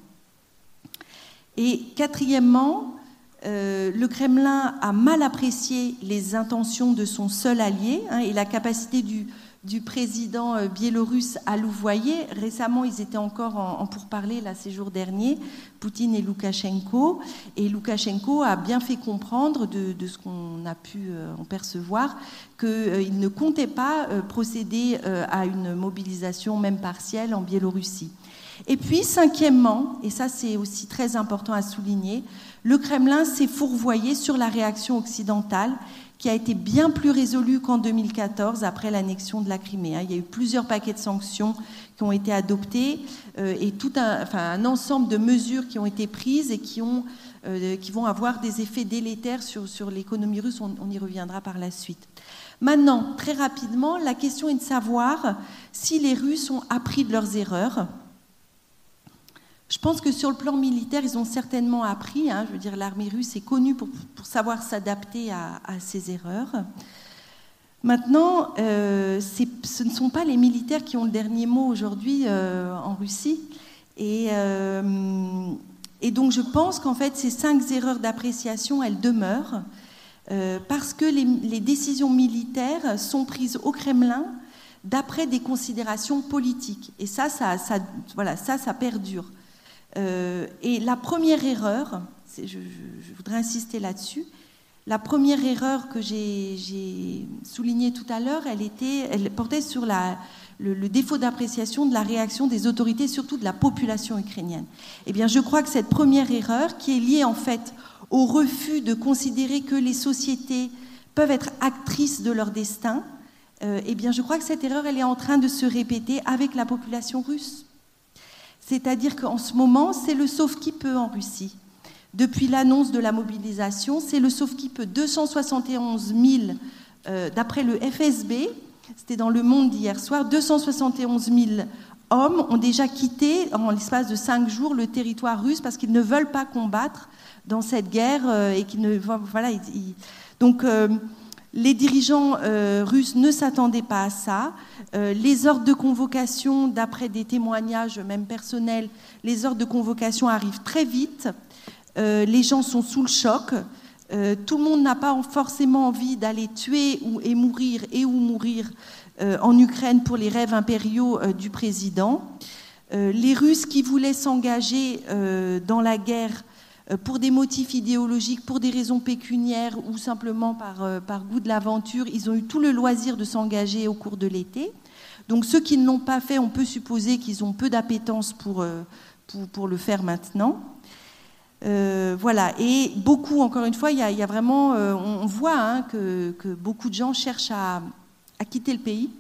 Et quatrièmement, euh, le Kremlin a mal apprécié les intentions de son seul allié, hein, et la capacité du, du président euh, biélorusse à louvoyer. Récemment, ils étaient encore en, en pourparlers, là, ces jours derniers, Poutine et Loukachenko. Et Loukachenko a bien fait comprendre, de, de ce qu'on a pu euh, en percevoir, qu'il euh, ne comptait pas euh, procéder euh, à une mobilisation, même partielle, en Biélorussie. Et puis, cinquièmement, et ça c'est aussi très important à souligner, le Kremlin s'est fourvoyé sur la réaction occidentale, qui a été bien plus résolue qu'en deux mille quatorze, après l'annexion de la Crimée. Il y a eu plusieurs paquets de sanctions qui ont été adoptés, euh, et tout un, enfin, un ensemble de mesures qui ont été prises et qui, ont, euh, qui vont avoir des effets délétères sur, sur l'économie russe. On, on y reviendra par la suite. Maintenant, très rapidement, la question est de savoir si les Russes ont appris de leurs erreurs. Je pense que sur le plan militaire, ils ont certainement appris. Hein, je veux dire, l'armée russe est connue pour, pour savoir s'adapter à, à ces erreurs. Maintenant, euh, c'est, ce ne sont pas les militaires qui ont le dernier mot aujourd'hui euh, en Russie. Et, euh, et donc, je pense qu'en fait, ces cinq erreurs d'appréciation, elles demeurent. euh, parce que les, les décisions militaires sont prises au Kremlin d'après des considérations politiques. Et ça, ça, ça, voilà, ça, ça perdure. Euh, et la première erreur, c'est, je, je, je voudrais insister là-dessus, la première erreur que j'ai, j'ai soulignée tout à l'heure, elle, était, elle portait sur la, le, le défaut d'appréciation de la réaction des autorités, surtout de la population ukrainienne. Eh bien, je crois que cette première erreur, qui est liée en fait au refus de considérer que les sociétés peuvent être actrices de leur destin, euh, eh bien, je crois que cette erreur, elle est en train de se répéter avec la population russe. C'est-à-dire qu'en ce moment, c'est le sauve-qui-peut en Russie. Depuis l'annonce de la mobilisation, c'est le sauve-qui-peut. deux cent soixante et onze mille, euh, d'après le F S B, c'était dans Le Monde d'hier soir, deux cent soixante et onze mille hommes ont déjà quitté, en l'espace de cinq jours, le territoire russe parce qu'ils ne veulent pas combattre dans cette guerre. Euh, et qu'ils ne, voilà, ils, ils, donc, euh, les dirigeants euh, russes ne s'attendaient pas à ça. Euh, les ordres de convocation, d'après des témoignages même personnels, les ordres de convocation arrivent très vite. Euh, les gens sont sous le choc. Euh, tout le monde n'a pas forcément envie d'aller tuer ou, et mourir et ou mourir euh, en Ukraine pour les rêves impériaux euh, du président. Euh, les Russes qui voulaient s'engager euh, dans la guerre euh, pour des motifs idéologiques, pour des raisons pécuniaires ou simplement par, euh, par goût de l'aventure, ils ont eu tout le loisir de s'engager au cours de l'été. Donc ceux qui ne l'ont pas fait, on peut supposer qu'ils ont peu d'appétence pour, euh, pour, pour le faire maintenant. Euh, voilà, et beaucoup, encore une fois, il y a, il y a vraiment, euh, on voit hein, que, que beaucoup de gens cherchent à, à quitter le pays.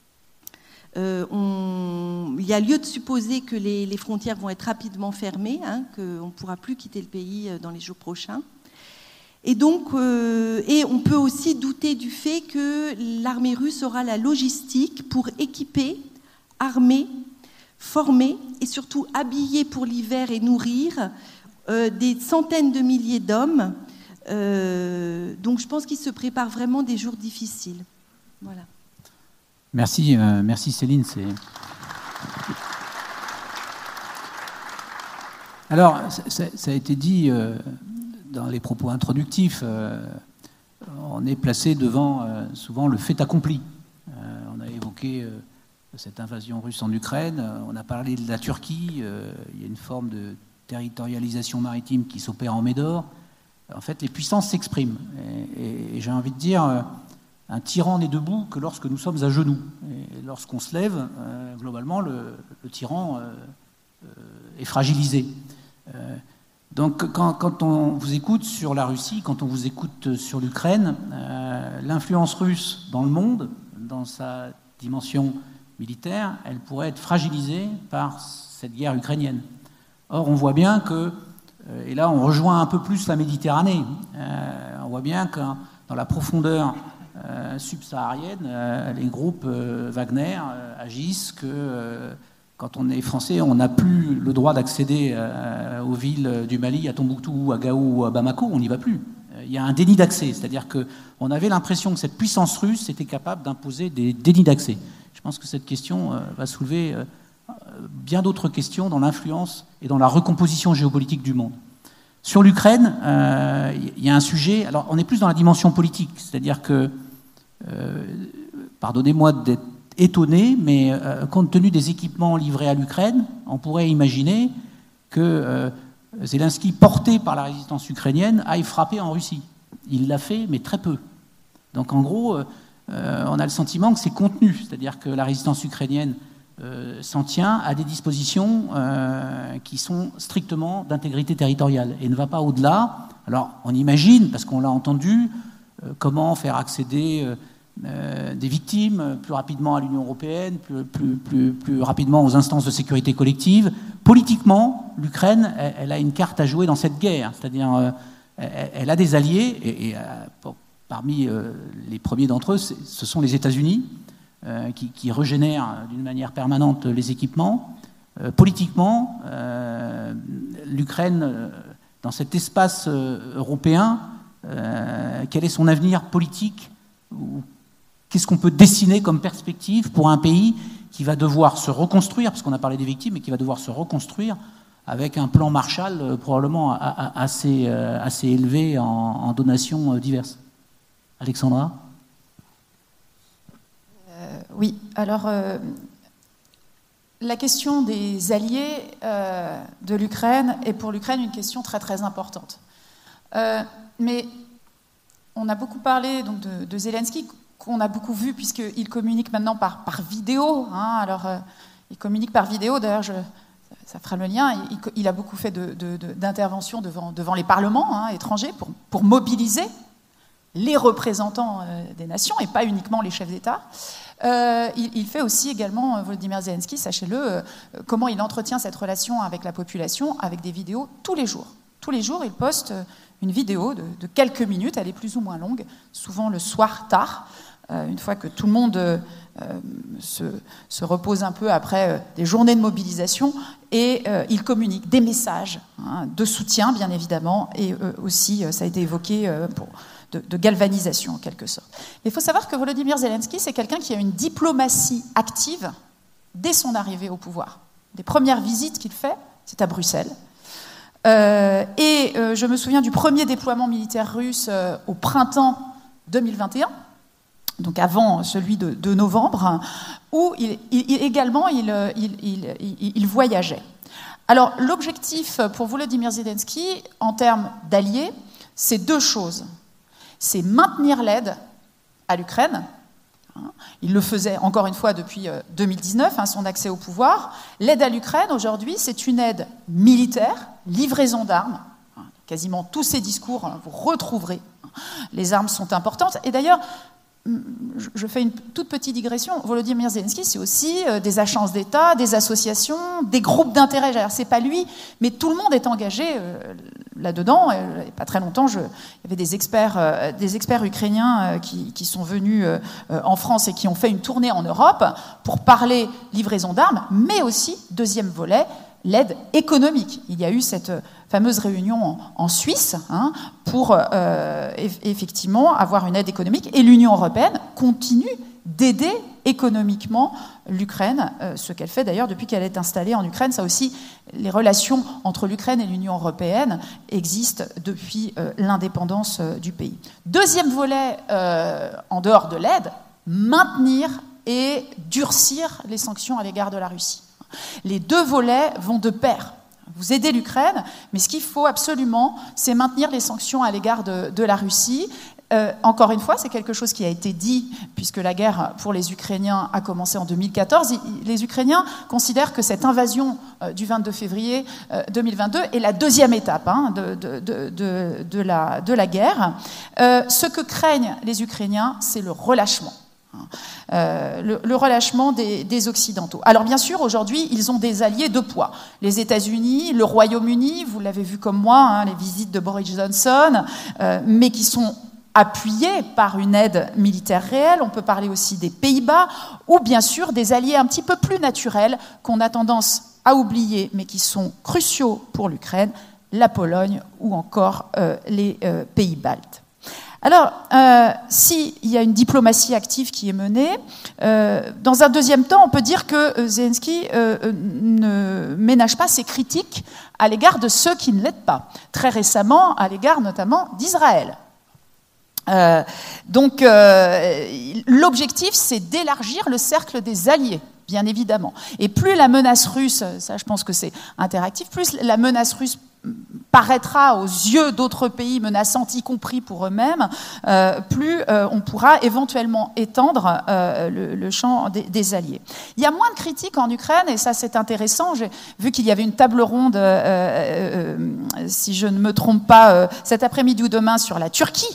Euh, on, il y a lieu de supposer que les, les frontières vont être rapidement fermées, hein, qu'on ne pourra plus quitter le pays dans les jours prochains. Et donc, euh, et on peut aussi douter du fait que l'armée russe aura la logistique pour équiper, armer, former et surtout habiller pour l'hiver et nourrir Euh, des centaines de milliers d'hommes. Euh, donc je pense qu'ils se préparent vraiment des jours difficiles. Voilà. Merci, euh, merci Céline. C'est... Alors, ça, ça a été dit euh, dans les propos introductifs, euh, on est placé devant euh, souvent le fait accompli. Euh, on a évoqué euh, cette invasion russe en Ukraine, on a parlé de la Turquie, euh, il y a une forme de territorialisation maritime qui s'opère en Médor. En fait, les puissances s'expriment. Et, et, et j'ai envie de dire, un tyran n'est debout que lorsque nous sommes à genoux. Et lorsqu'on se lève, euh, globalement, le, le tyran euh, euh, est fragilisé. Euh, donc, quand, quand on vous écoute sur la Russie, quand on vous écoute sur l'Ukraine, euh, l'influence russe dans le monde, dans sa dimension militaire, elle pourrait être fragilisée par cette guerre ukrainienne. Or, on voit bien que, et là on rejoint un peu plus la Méditerranée, euh, on voit bien que dans la profondeur euh, subsaharienne, euh, les groupes euh, Wagner euh, agissent, que euh, quand on est français, on n'a plus le droit d'accéder euh, aux villes du Mali, à Tombouctou, à Gao ou à Bamako, on n'y va plus. Il y a un déni d'accès, c'est-à-dire qu'on avait l'impression que cette puissance russe était capable d'imposer des dénis d'accès. Je pense que cette question euh, va soulever... Euh, bien d'autres questions dans l'influence et dans la recomposition géopolitique du monde. Sur l'Ukraine, euh, il y a un sujet, alors on est plus dans la dimension politique, c'est-à-dire que, euh, pardonnez-moi d'être étonné, mais euh, compte tenu des équipements livrés à l'Ukraine, on pourrait imaginer que euh, Zelensky, porté par la résistance ukrainienne, aille frapper en Russie. Il l'a fait, mais très peu. Donc en gros, euh, on a le sentiment que c'est contenu, c'est-à-dire que la résistance ukrainienne Euh, s'en tient à des dispositions euh, qui sont strictement d'intégrité territoriale et ne va pas au-delà. Alors, on imagine, parce qu'on l'a entendu, euh, comment faire accéder euh, euh, des victimes plus rapidement à l'Union européenne, plus, plus, plus, plus rapidement aux instances de sécurité collective. Politiquement, l'Ukraine, elle, elle a une carte à jouer dans cette guerre, c'est-à-dire euh, elle, elle a des alliés, et, et euh, parmi euh, les premiers d'entre eux, ce sont les États-Unis, Euh, qui, qui régénère d'une manière permanente les équipements. Euh, politiquement, euh, l'Ukraine, euh, dans cet espace euh, européen, euh, quel est son avenir politique? Ou qu'est-ce qu'on peut dessiner comme perspective pour un pays qui va devoir se reconstruire, parce qu'on a parlé des victimes, mais qui va devoir se reconstruire avec un plan Marshall euh, probablement a, a, assez, euh, assez élevé en, en donations euh, diverses? Alexandra ? euh, Oui, alors euh, la question des alliés euh, de l'Ukraine est pour l'Ukraine une question très très importante. Euh, mais on a beaucoup parlé donc, de, de Zelensky, qu'on a beaucoup vu puisqu'il communique maintenant par, par vidéo. Hein, alors, euh, il communique par vidéo, d'ailleurs, je, ça fera le lien. Il, il a beaucoup fait de, de, de, d'interventions devant, devant les parlements hein, étrangers pour, pour mobiliser les représentants euh, des nations et pas uniquement les chefs d'État. Euh, il, il fait aussi également, Volodymyr Zelensky, sachez-le, euh, comment il entretient cette relation avec la population avec des vidéos tous les jours. Tous les jours, il poste une vidéo de, de quelques minutes, elle est plus ou moins longue, souvent le soir tard, euh, une fois que tout le monde euh, se, se repose un peu après euh, des journées de mobilisation, et euh, il communique des messages hein, de soutien, bien évidemment, et euh, aussi, euh, ça a été évoqué, euh, pour, de, de galvanisation, en quelque sorte. Mais il faut savoir que Volodymyr Zelensky, c'est quelqu'un qui a une diplomatie active dès son arrivée au pouvoir. Les premières visites qu'il fait, c'est à Bruxelles. Euh, et euh, je me souviens du premier déploiement militaire russe euh, au printemps deux mille vingt et un, donc avant celui de, de novembre, où il, il, également il, il, il, il, il voyageait. Alors l'objectif pour Volodymyr Zelensky, en termes d'alliés, c'est deux choses. C'est maintenir l'aide à l'Ukraine. Il le faisait encore une fois depuis deux mille dix-neuf, hein, son accès au pouvoir. L'aide à l'Ukraine, aujourd'hui, c'est une aide militaire, livraison d'armes. Quasiment tous ces discours, hein, vous retrouverez. Les armes sont importantes. Et d'ailleurs, je fais une toute petite digression. Volodymyr Zelensky, c'est aussi des agences d'État, des associations, des groupes d'intérêt. C'est pas lui, mais tout le monde est engagé là-dedans. Il n'y a pas très longtemps, je, il y avait des experts, des experts ukrainiens qui, qui sont venus en France et qui ont fait une tournée en Europe pour parler livraison d'armes, mais aussi, deuxième volet, l'aide économique. Il y a eu cette fameuse réunion en, en Suisse hein, pour euh, effectivement avoir une aide économique, et l'Union européenne continue d'aider économiquement l'Ukraine, euh, ce qu'elle fait d'ailleurs depuis qu'elle est installée en Ukraine. Ça aussi, les relations entre l'Ukraine et l'Union européenne existent depuis euh, l'indépendance euh, du pays. Deuxième volet, euh, en dehors de l'aide, maintenir et durcir les sanctions à l'égard de la Russie. Les deux volets vont de pair. Vous aidez l'Ukraine, mais ce qu'il faut absolument, c'est maintenir les sanctions à l'égard de, de la Russie. Euh, encore une fois, c'est quelque chose qui a été dit, puisque la guerre pour les Ukrainiens a commencé en deux mille quatorze. Les Ukrainiens considèrent que cette invasion euh, du vingt-deux février euh, deux mille vingt-deux est la deuxième étape hein, de, de, de, de, de, la, de la guerre. Euh, ce que craignent les Ukrainiens, c'est le relâchement. Euh, le, le relâchement des, des Occidentaux. Alors bien sûr, aujourd'hui, ils ont des alliés de poids. Les États-Unis, le Royaume-Uni, vous l'avez vu comme moi, hein, les visites de Boris Johnson, euh, mais qui sont appuyés par une aide militaire réelle. On peut parler aussi des Pays-Bas, ou bien sûr des alliés un petit peu plus naturels qu'on a tendance à oublier, mais qui sont cruciaux pour l'Ukraine, la Pologne ou encore euh, les euh, pays baltes. Alors, euh, s'il y a une diplomatie active qui est menée, euh, dans un deuxième temps, on peut dire que Zelensky euh, ne ménage pas ses critiques à l'égard de ceux qui ne l'aident pas. Très récemment, à l'égard notamment d'Israël. Euh, donc, euh, l'objectif, c'est d'élargir le cercle des alliés, bien évidemment. Et plus la menace russe, ça je pense que c'est interactif, plus la menace russe paraîtra aux yeux d'autres pays menaçants, y compris pour eux-mêmes, euh, plus euh, on pourra éventuellement étendre euh, le, le champ des, des alliés. Il y a moins de critiques en Ukraine, et ça c'est intéressant. J'ai vu qu'il y avait une table ronde, euh, euh, si je ne me trompe pas, euh, cet après-midi ou demain sur la Turquie.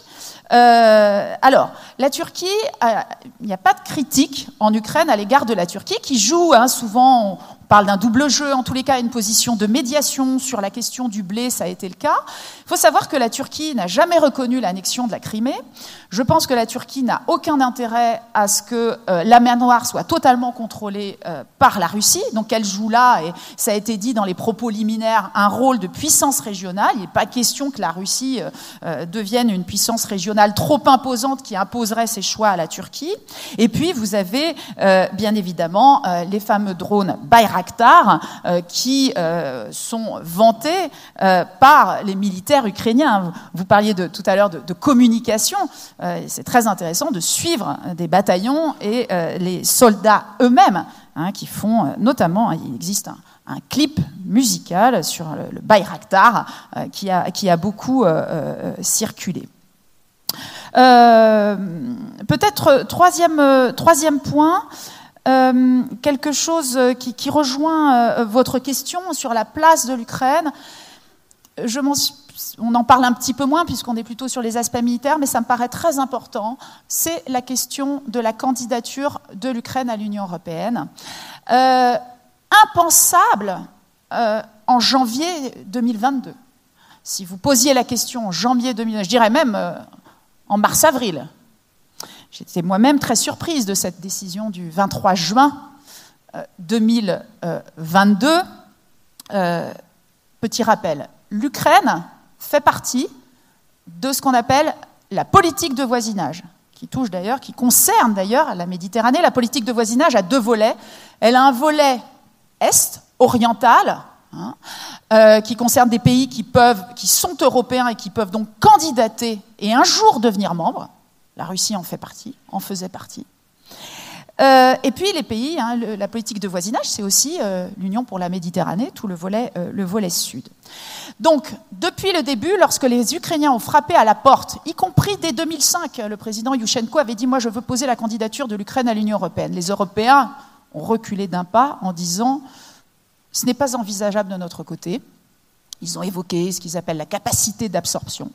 Euh, alors, la Turquie, il euh, n'y a pas de critique en Ukraine à l'égard de la Turquie, qui joue hein, souvent, on parle d'un double jeu, en tous les cas une position de médiation sur la question du blé, ça a été le cas. Il faut savoir que la Turquie n'a jamais reconnu l'annexion de la Crimée. Je pense que la Turquie n'a aucun intérêt à ce que euh, la mer Noire soit totalement contrôlée euh, par la Russie, donc elle joue là, et ça a été dit dans les propos liminaires, un rôle de puissance régionale. Il n'est pas question que la Russie euh, devienne une puissance régionale trop imposante qui imposerait ses choix à la Turquie. Et puis vous avez euh, bien évidemment euh, les fameux drones Bayraktar, Bayraktar euh, qui euh, sont vantés euh, par les militaires ukrainiens. Vous parliez de, tout à l'heure de, de communication. Euh, c'est très intéressant de suivre des bataillons et euh, les soldats eux-mêmes hein, qui font, euh, notamment, il existe un, un clip musical sur le, le Bayraktar euh, qui, a, qui a beaucoup euh, euh, circulé. Euh, peut-être troisième, euh, troisième point, euh, quelque chose qui, qui rejoint euh, votre question sur la place de l'Ukraine. Je m'en, on en parle un petit peu moins puisqu'on est plutôt sur les aspects militaires, mais ça me paraît très important. C'est la question de la candidature de l'Ukraine à l'Union européenne. Euh, impensable euh, en janvier deux mille vingt-deux. Si vous posiez la question en janvier deux mille vingt-deux, je dirais même... Euh, en mars-avril. J'étais moi-même très surprise de cette décision du vingt-trois juin deux mille vingt-deux. Euh, petit rappel, l'Ukraine fait partie de ce qu'on appelle la politique de voisinage, qui touche d'ailleurs, qui concerne d'ailleurs la Méditerranée. La politique de voisinage a deux volets. Elle a un volet est, oriental, Hein, euh, qui concerne des pays qui, peuvent, qui sont européens et qui peuvent donc candidater et un jour devenir membres. La Russie en fait partie, en faisait partie. Euh, et puis les pays, hein, le, la politique de voisinage, c'est aussi euh, l'Union pour la Méditerranée, tout le volet, euh, le volet sud. Donc, depuis le début, lorsque les Ukrainiens ont frappé à la porte, y compris dès deux mille cinq, le président Yushchenko avait dit « Moi, je veux poser la candidature de l'Ukraine à l'Union européenne ». Les Européens ont reculé d'un pas en disant « Ce n'est pas envisageable de notre côté ». Ils ont évoqué ce qu'ils appellent la capacité d'absorption,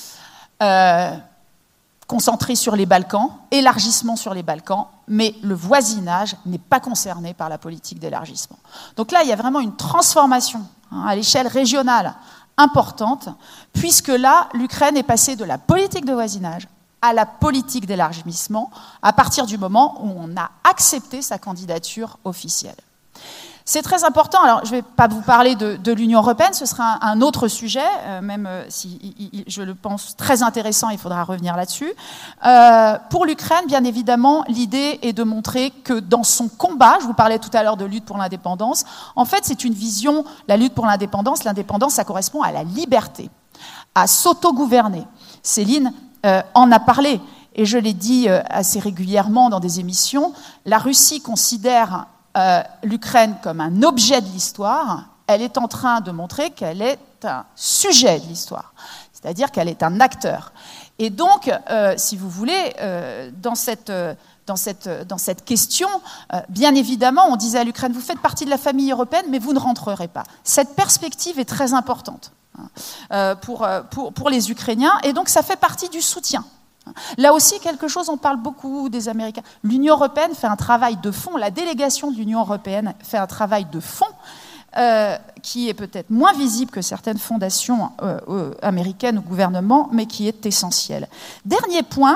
euh, concentrée sur les Balkans, élargissement sur les Balkans, mais le voisinage n'est pas concerné par la politique d'élargissement. Donc là, il y a vraiment une transformation hein, à l'échelle régionale importante, puisque là, l'Ukraine est passée de la politique de voisinage à la politique d'élargissement à partir du moment où on a accepté sa candidature officielle. C'est très important. Alors, je ne vais pas vous parler de, de l'Union européenne, ce sera un, un autre sujet, euh, même euh, si il, il, je le pense très intéressant, il faudra revenir là-dessus. Euh, pour l'Ukraine, bien évidemment, l'idée est de montrer que dans son combat, je vous parlais tout à l'heure de lutte pour l'indépendance, en fait, c'est une vision, la lutte pour l'indépendance, l'indépendance, ça correspond à la liberté, à s'autogouverner. Céline euh, en a parlé, et je l'ai dit euh, assez régulièrement dans des émissions, la Russie considère Euh, l'Ukraine comme un objet de l'histoire, elle est en train de montrer qu'elle est un sujet de l'histoire, c'est-à-dire qu'elle est un acteur. Et donc, euh, si vous voulez, euh, dans, cette, euh, dans, cette, dans cette question, euh, bien évidemment, on disait à l'Ukraine, vous faites partie de la famille européenne, mais vous ne rentrerez pas. Cette perspective est très importante hein, euh, pour, pour, pour les Ukrainiens, et donc ça fait partie du soutien. Là aussi, quelque chose, on parle beaucoup des Américains. L'Union européenne fait un travail de fond, la délégation de l'Union européenne fait un travail de fond euh, qui est peut-être moins visible que certaines fondations euh, euh, américaines ou gouvernements, mais qui est essentiel. Dernier point,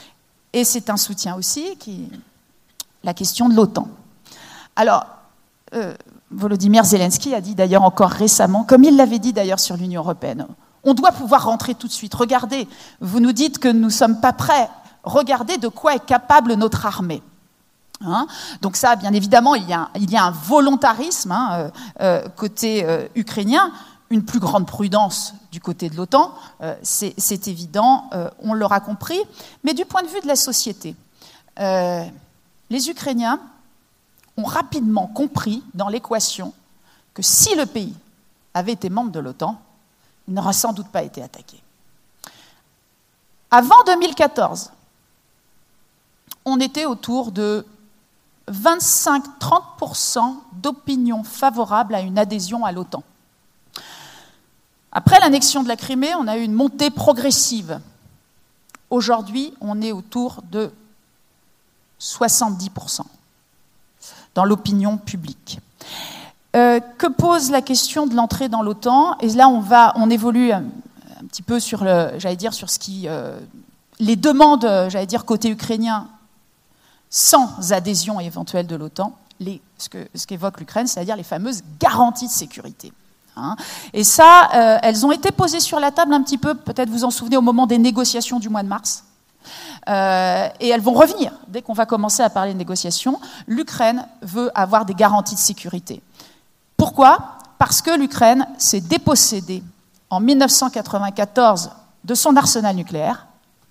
et c'est un soutien aussi, qui est la question de l'OTAN. Alors, euh, Volodymyr Zelensky a dit d'ailleurs encore récemment, comme il l'avait dit d'ailleurs sur l'Union européenne, on doit pouvoir rentrer tout de suite. Regardez, vous nous dites que nous ne sommes pas prêts. Regardez de quoi est capable notre armée. Hein Donc ça, bien évidemment, il y a un, il y a un volontarisme hein, euh, euh, côté euh, ukrainien, une plus grande prudence du côté de l'OTAN, euh, c'est, c'est évident, euh, on l'aura compris. Mais du point de vue de la société, euh, les Ukrainiens ont rapidement compris dans l'équation que si le pays avait été membre de l'OTAN, il n'aura sans doute pas été attaqué. Avant deux mille quatorze, on était autour de vingt-cinq à trente pour cent d'opinion favorable à une adhésion à l'OTAN. Après l'annexion de la Crimée, on a eu une montée progressive. Aujourd'hui, on est autour de soixante-dix pour cent dans l'opinion publique. Euh, que pose la question de l'entrée dans l'OTAN ? Et là, on va, on évolue un, un petit peu sur le, j'allais dire sur ce qui, euh, les demandes, j'allais dire côté ukrainien, sans adhésion éventuelle de l'OTAN, les, ce, que, ce qu'évoque l'Ukraine, c'est-à-dire les fameuses garanties de sécurité. Hein. Et ça, euh, elles ont été posées sur la table un petit peu, peut-être vous en souvenez, au moment des négociations du mois de mars. Euh, et elles vont revenir. Dès qu'on va commencer à parler de négociations, l'Ukraine veut avoir des garanties de sécurité. Pourquoi ? Parce que l'Ukraine s'est dépossédée en mille neuf cent quatre-vingt-quatorze de son arsenal nucléaire,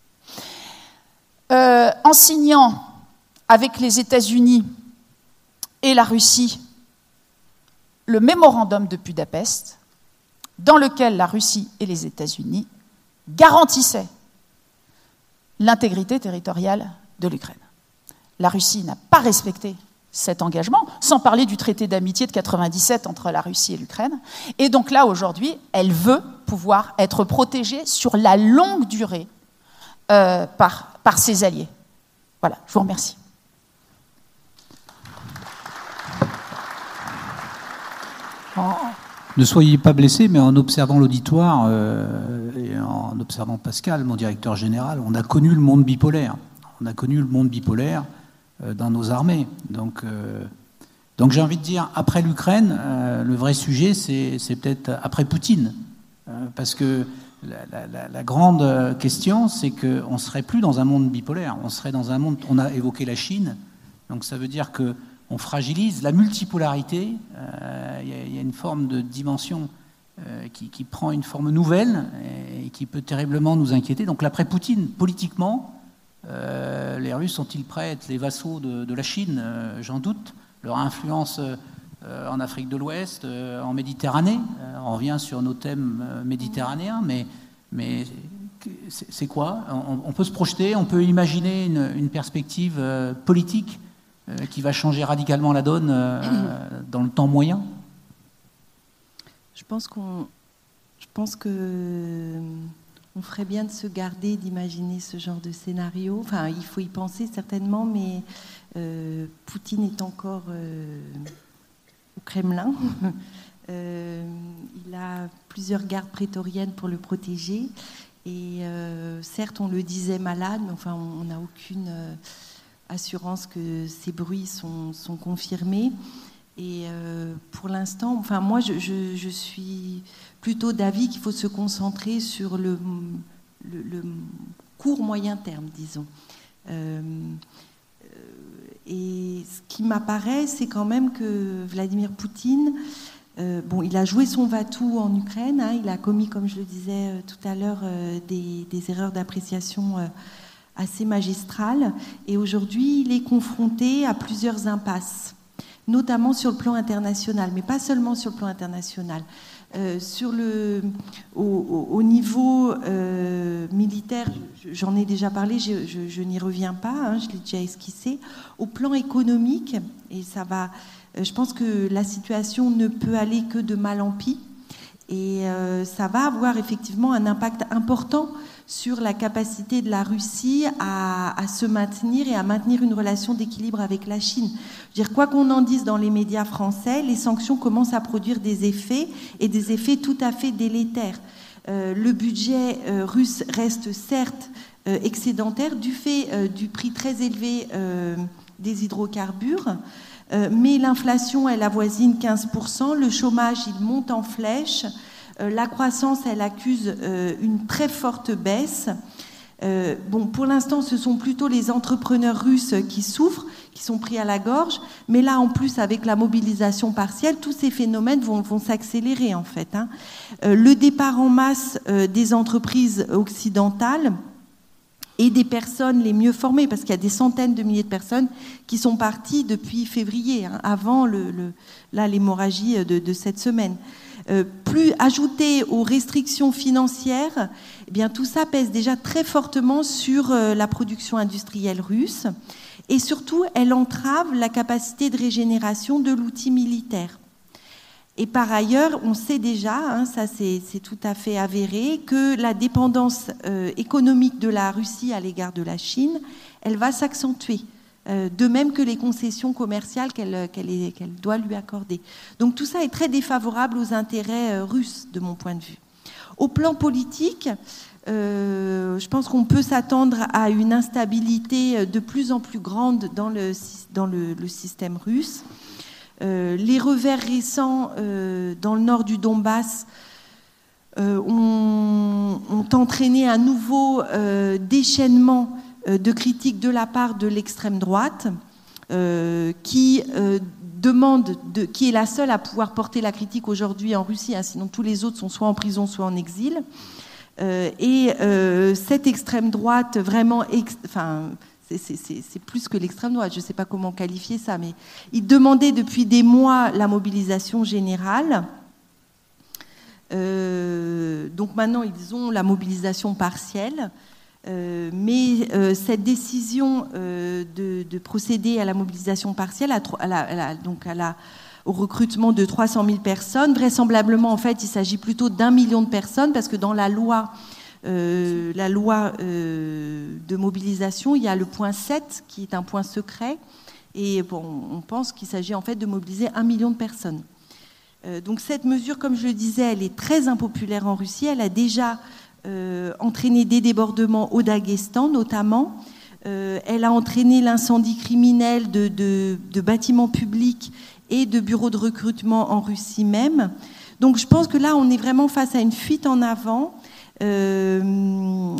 euh, en signant avec les États-Unis et la Russie le mémorandum de Budapest, dans lequel la Russie et les États-Unis garantissaient l'intégrité territoriale de l'Ukraine. La Russie n'a pas respecté cet engagement, sans parler du traité d'amitié de quatre-vingt-dix-sept entre la Russie et l'Ukraine. Et donc là, aujourd'hui, elle veut pouvoir être protégée sur la longue durée euh, par, par ses alliés. Voilà, je vous remercie. Ne soyez pas blessés, mais en observant l'auditoire euh, et en observant Pascal, mon directeur général, on a connu le monde bipolaire. On a connu le monde bipolaire euh, dans nos armées. Donc, euh, donc j'ai envie de dire, après l'Ukraine, euh, le vrai sujet, c'est, c'est peut-être après Poutine. Euh, parce que la, la, la grande question, c'est qu'on ne serait plus dans un monde bipolaire. On serait dans un monde... On a évoqué la Chine, donc ça veut dire que on fragilise la multipolarité. Euh, il y a, y a une forme de dimension euh, qui, qui prend une forme nouvelle et, et qui peut terriblement nous inquiéter. Donc l'après-Poutine, politiquement, euh, les Russes sont-ils prêts à être les vassaux de, de la Chine ? euh, J'en doute. Leur influence euh, en Afrique de l'Ouest, euh, en Méditerranée, euh, on revient sur nos thèmes euh, méditerranéens, mais, mais c'est, c'est quoi ? on, on peut se projeter, on peut imaginer une, une perspective euh, politique Euh, qui va changer radicalement la donne euh, dans le temps moyen ? Je pense qu'on, je pense que on ferait bien de se garder d'imaginer ce genre de scénario. Enfin, il faut y penser certainement, mais euh, Poutine est encore euh, au Kremlin. euh, il a plusieurs gardes prétoriennes pour le protéger. Et euh, certes, on le disait malade, mais enfin, on n'a aucune euh, assurance que ces bruits sont, sont confirmés. Et euh, pour l'instant, enfin moi, je, je, je suis plutôt d'avis qu'il faut se concentrer sur le, le, le court moyen terme, disons. Euh, et ce qui m'apparaît, c'est quand même que Vladimir Poutine, euh, bon, il a joué son va-tout en Ukraine, hein, il a commis, comme je le disais euh, tout à l'heure, euh, des, des erreurs d'appréciation euh, assez magistrales. Et aujourd'hui, il est confronté à plusieurs impasses, notamment sur le plan international, mais pas seulement sur le plan international. Euh, sur le, au, au, au niveau euh, militaire, j'en ai déjà parlé, je, je, je n'y reviens pas, hein, je l'ai déjà esquissé. Au plan économique, et ça va, je pense que la situation ne peut aller que de mal en pis, et euh, ça va avoir effectivement un impact important sur la capacité de la Russie à, à se maintenir et à maintenir une relation d'équilibre avec la Chine. Je veux dire, quoi qu'on en dise dans les médias français, les sanctions commencent à produire des effets, et des effets tout à fait délétères. Euh, le budget euh, russe reste certes euh, excédentaire du fait euh, du prix très élevé euh, des hydrocarbures, euh, mais l'inflation, elle avoisine quinze pour cent, le chômage, il monte en flèche. Euh, la croissance, elle accuse euh, une très forte baisse. Euh, bon, pour l'instant, ce sont plutôt les entrepreneurs russes qui souffrent, qui sont pris à la gorge. Mais là, en plus, avec la mobilisation partielle, tous ces phénomènes vont, vont s'accélérer, en fait. Hein. Euh, le départ en masse euh, des entreprises occidentales et des personnes les mieux formées, parce qu'il y a des centaines de milliers de personnes qui sont parties depuis février, hein, avant le, le, là, l'hémorragie de, de cette semaine. Euh, plus ajouté aux restrictions financières, eh bien, tout ça pèse déjà très fortement sur euh, la production industrielle russe, et surtout, elle entrave la capacité de régénération de l'outil militaire. Et par ailleurs, on sait déjà, hein, ça c'est, c'est tout à fait avéré, que la dépendance euh, économique de la Russie à l'égard de la Chine, elle va s'accentuer. Euh, de même que les concessions commerciales qu'elle, qu'elle, est, qu'elle doit lui accorder. Donc tout ça est très défavorable aux intérêts euh, russes, de mon point de vue. Au plan politique, euh, je pense qu'on peut s'attendre à une instabilité de plus en plus grande dans le, dans le, le système russe. Euh, les revers récents euh, dans le nord du Donbass euh, ont, ont entraîné un nouveau euh, déchaînement euh, de critiques de la part de l'extrême droite, euh, qui euh, demande, de, qui est la seule à pouvoir porter la critique aujourd'hui en Russie, hein, sinon tous les autres sont soit en prison, soit en exil. Euh, et euh, cette extrême droite, vraiment, ex, enfin, c'est, c'est, c'est, c'est plus que l'extrême droite, je ne sais pas comment qualifier ça, mais ils demandaient depuis des mois la mobilisation générale. Euh, donc maintenant, ils ont la mobilisation partielle. Euh, mais euh, cette décision euh, de, de procéder à la mobilisation partielle, à, à la, à la, donc à la, au recrutement de trois cent mille personnes, vraisemblablement, en fait, il s'agit plutôt d'un million de personnes, parce que dans la loi, euh, la loi euh, de mobilisation, il y a le point sept, qui est un point secret, et bon, on pense qu'il s'agit en fait de mobiliser un million de personnes. Euh, donc cette mesure, comme je le disais, elle est très impopulaire en Russie, elle a déjà Euh, entraîné des débordements au Daghestan notamment. Euh, elle a entraîné l'incendie criminel de, de, de bâtiments publics et de bureaux de recrutement en Russie même. Donc je pense que là, on est vraiment face à une fuite en avant. Euh,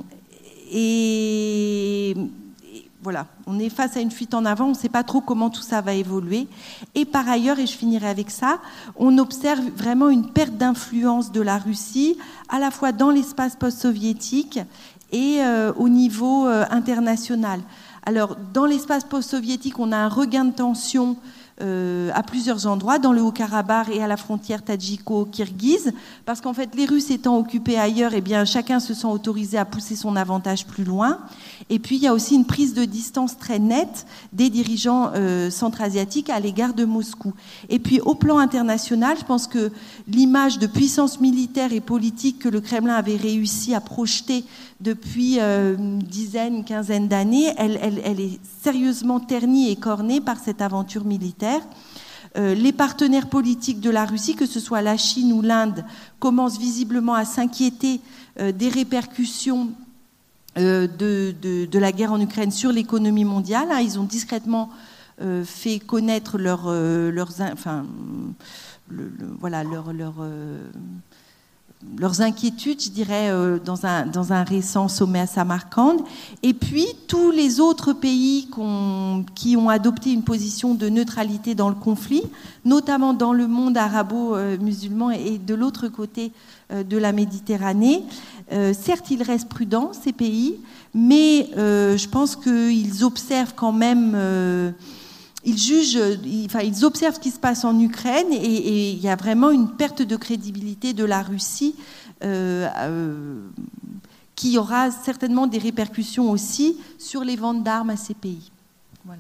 et, et voilà, on est face à une fuite en avant. On ne sait pas trop comment tout ça va évoluer. Et par ailleurs, et je finirai avec ça, on observe vraiment une perte d'influence de la Russie, à la fois dans l'espace post-soviétique et euh, au niveau euh, international. Alors, dans l'espace post-soviétique, on a un regain de tension euh, à plusieurs endroits, dans le Haut-Karabakh et à la frontière tadjiko-kirghize, parce qu'en fait, les Russes étant occupés ailleurs, eh bien, chacun se sent autorisé à pousser son avantage plus loin. Et puis, il y a aussi une prise de distance très nette des dirigeants euh, centra-asiatiques à l'égard de Moscou. Et puis, au plan international, je pense que l'image de puissance militaire et politique que le Kremlin avait réussi à projeter depuis euh, une dizaine, une quinzaine d'années, elle, elle, elle est sérieusement ternie et cornée par cette aventure militaire. Euh, les partenaires politiques de la Russie, que ce soit la Chine ou l'Inde, commencent visiblement à s'inquiéter euh, des répercussions euh, de, de, de la guerre en Ukraine sur l'économie mondiale. Hein. Ils ont discrètement euh, fait connaître leur, euh, leurs, enfin, le, le, voilà, leur, leur, euh, leurs inquiétudes, je dirais, euh, dans, un, dans un récent sommet à Samarcande. Et puis, tous les autres pays qu'on, qui ont adopté une position de neutralité dans le conflit, notamment dans le monde arabo-musulman et de l'autre côté euh, de la Méditerranée. Euh, certes, ils restent prudents, ces pays, mais euh, je pense qu'ils observent quand même... Euh, Ils jugent, ils, enfin, ils observent ce qui se passe en Ukraine et il y a vraiment une perte de crédibilité de la Russie euh, euh, qui aura certainement des répercussions aussi sur les ventes d'armes à ces pays. Voilà.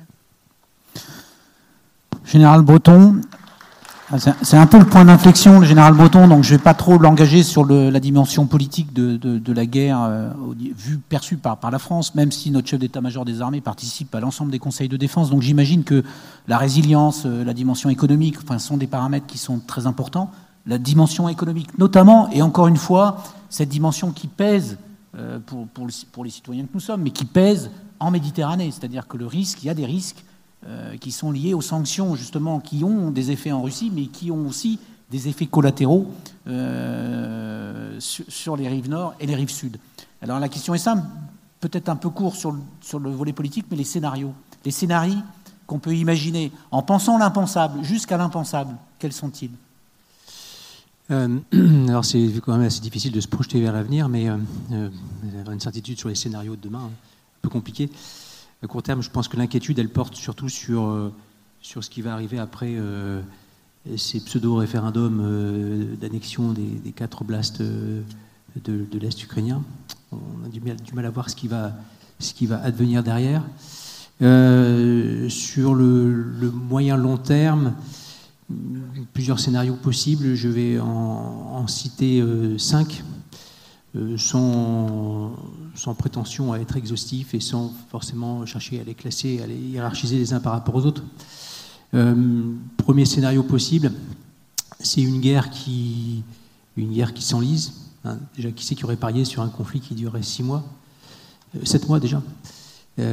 Général Breton, c'est un peu le point d'inflexion, le général Breton, donc je ne vais pas trop l'engager sur le, la dimension politique de, de, de la guerre euh, vue, perçue par, par la France, même si notre chef d'état-major des armées participe à l'ensemble des conseils de défense. Donc j'imagine que la résilience, euh, la dimension économique, enfin, sont des paramètres qui sont très importants. La dimension économique notamment, et encore une fois, cette dimension qui pèse euh, pour, pour, le, pour les citoyens que nous sommes, mais qui pèse en Méditerranée, c'est-à-dire que le risque, il y a des risques Euh, qui sont liés aux sanctions, justement, qui ont des effets en Russie, mais qui ont aussi des effets collatéraux euh, sur, sur les rives nord et les rives sud. Alors la question est simple, peut-être un peu court sur le, sur le volet politique, mais les scénarios. Les scénarios qu'on peut imaginer en pensant l'impensable, jusqu'à l'impensable, quels sont-ils ? euh, Alors c'est quand même assez difficile de se projeter vers l'avenir, mais euh, euh, avoir une certitude sur les scénarios de demain, un peu compliqué. À court terme, je pense que l'inquiétude, elle porte surtout sur, euh, sur ce qui va arriver après euh, ces pseudo-référendums euh, d'annexion des, des quatre oblasts euh, de, de l'Est ukrainien. On a du mal, du mal à voir ce qui va, ce qui va advenir derrière. Euh, sur le, le moyen-long terme, plusieurs scénarios possibles. Je vais en, en citer euh, cinq. Euh, sans, sans prétention à être exhaustif et sans forcément chercher à les classer, à les hiérarchiser les uns par rapport aux autres. Euh, premier scénario possible, c'est une guerre qui, une guerre qui s'enlise. Hein, déjà, qui c'est qui aurait parié sur un conflit qui durerait six mois, euh, sept mois déjà.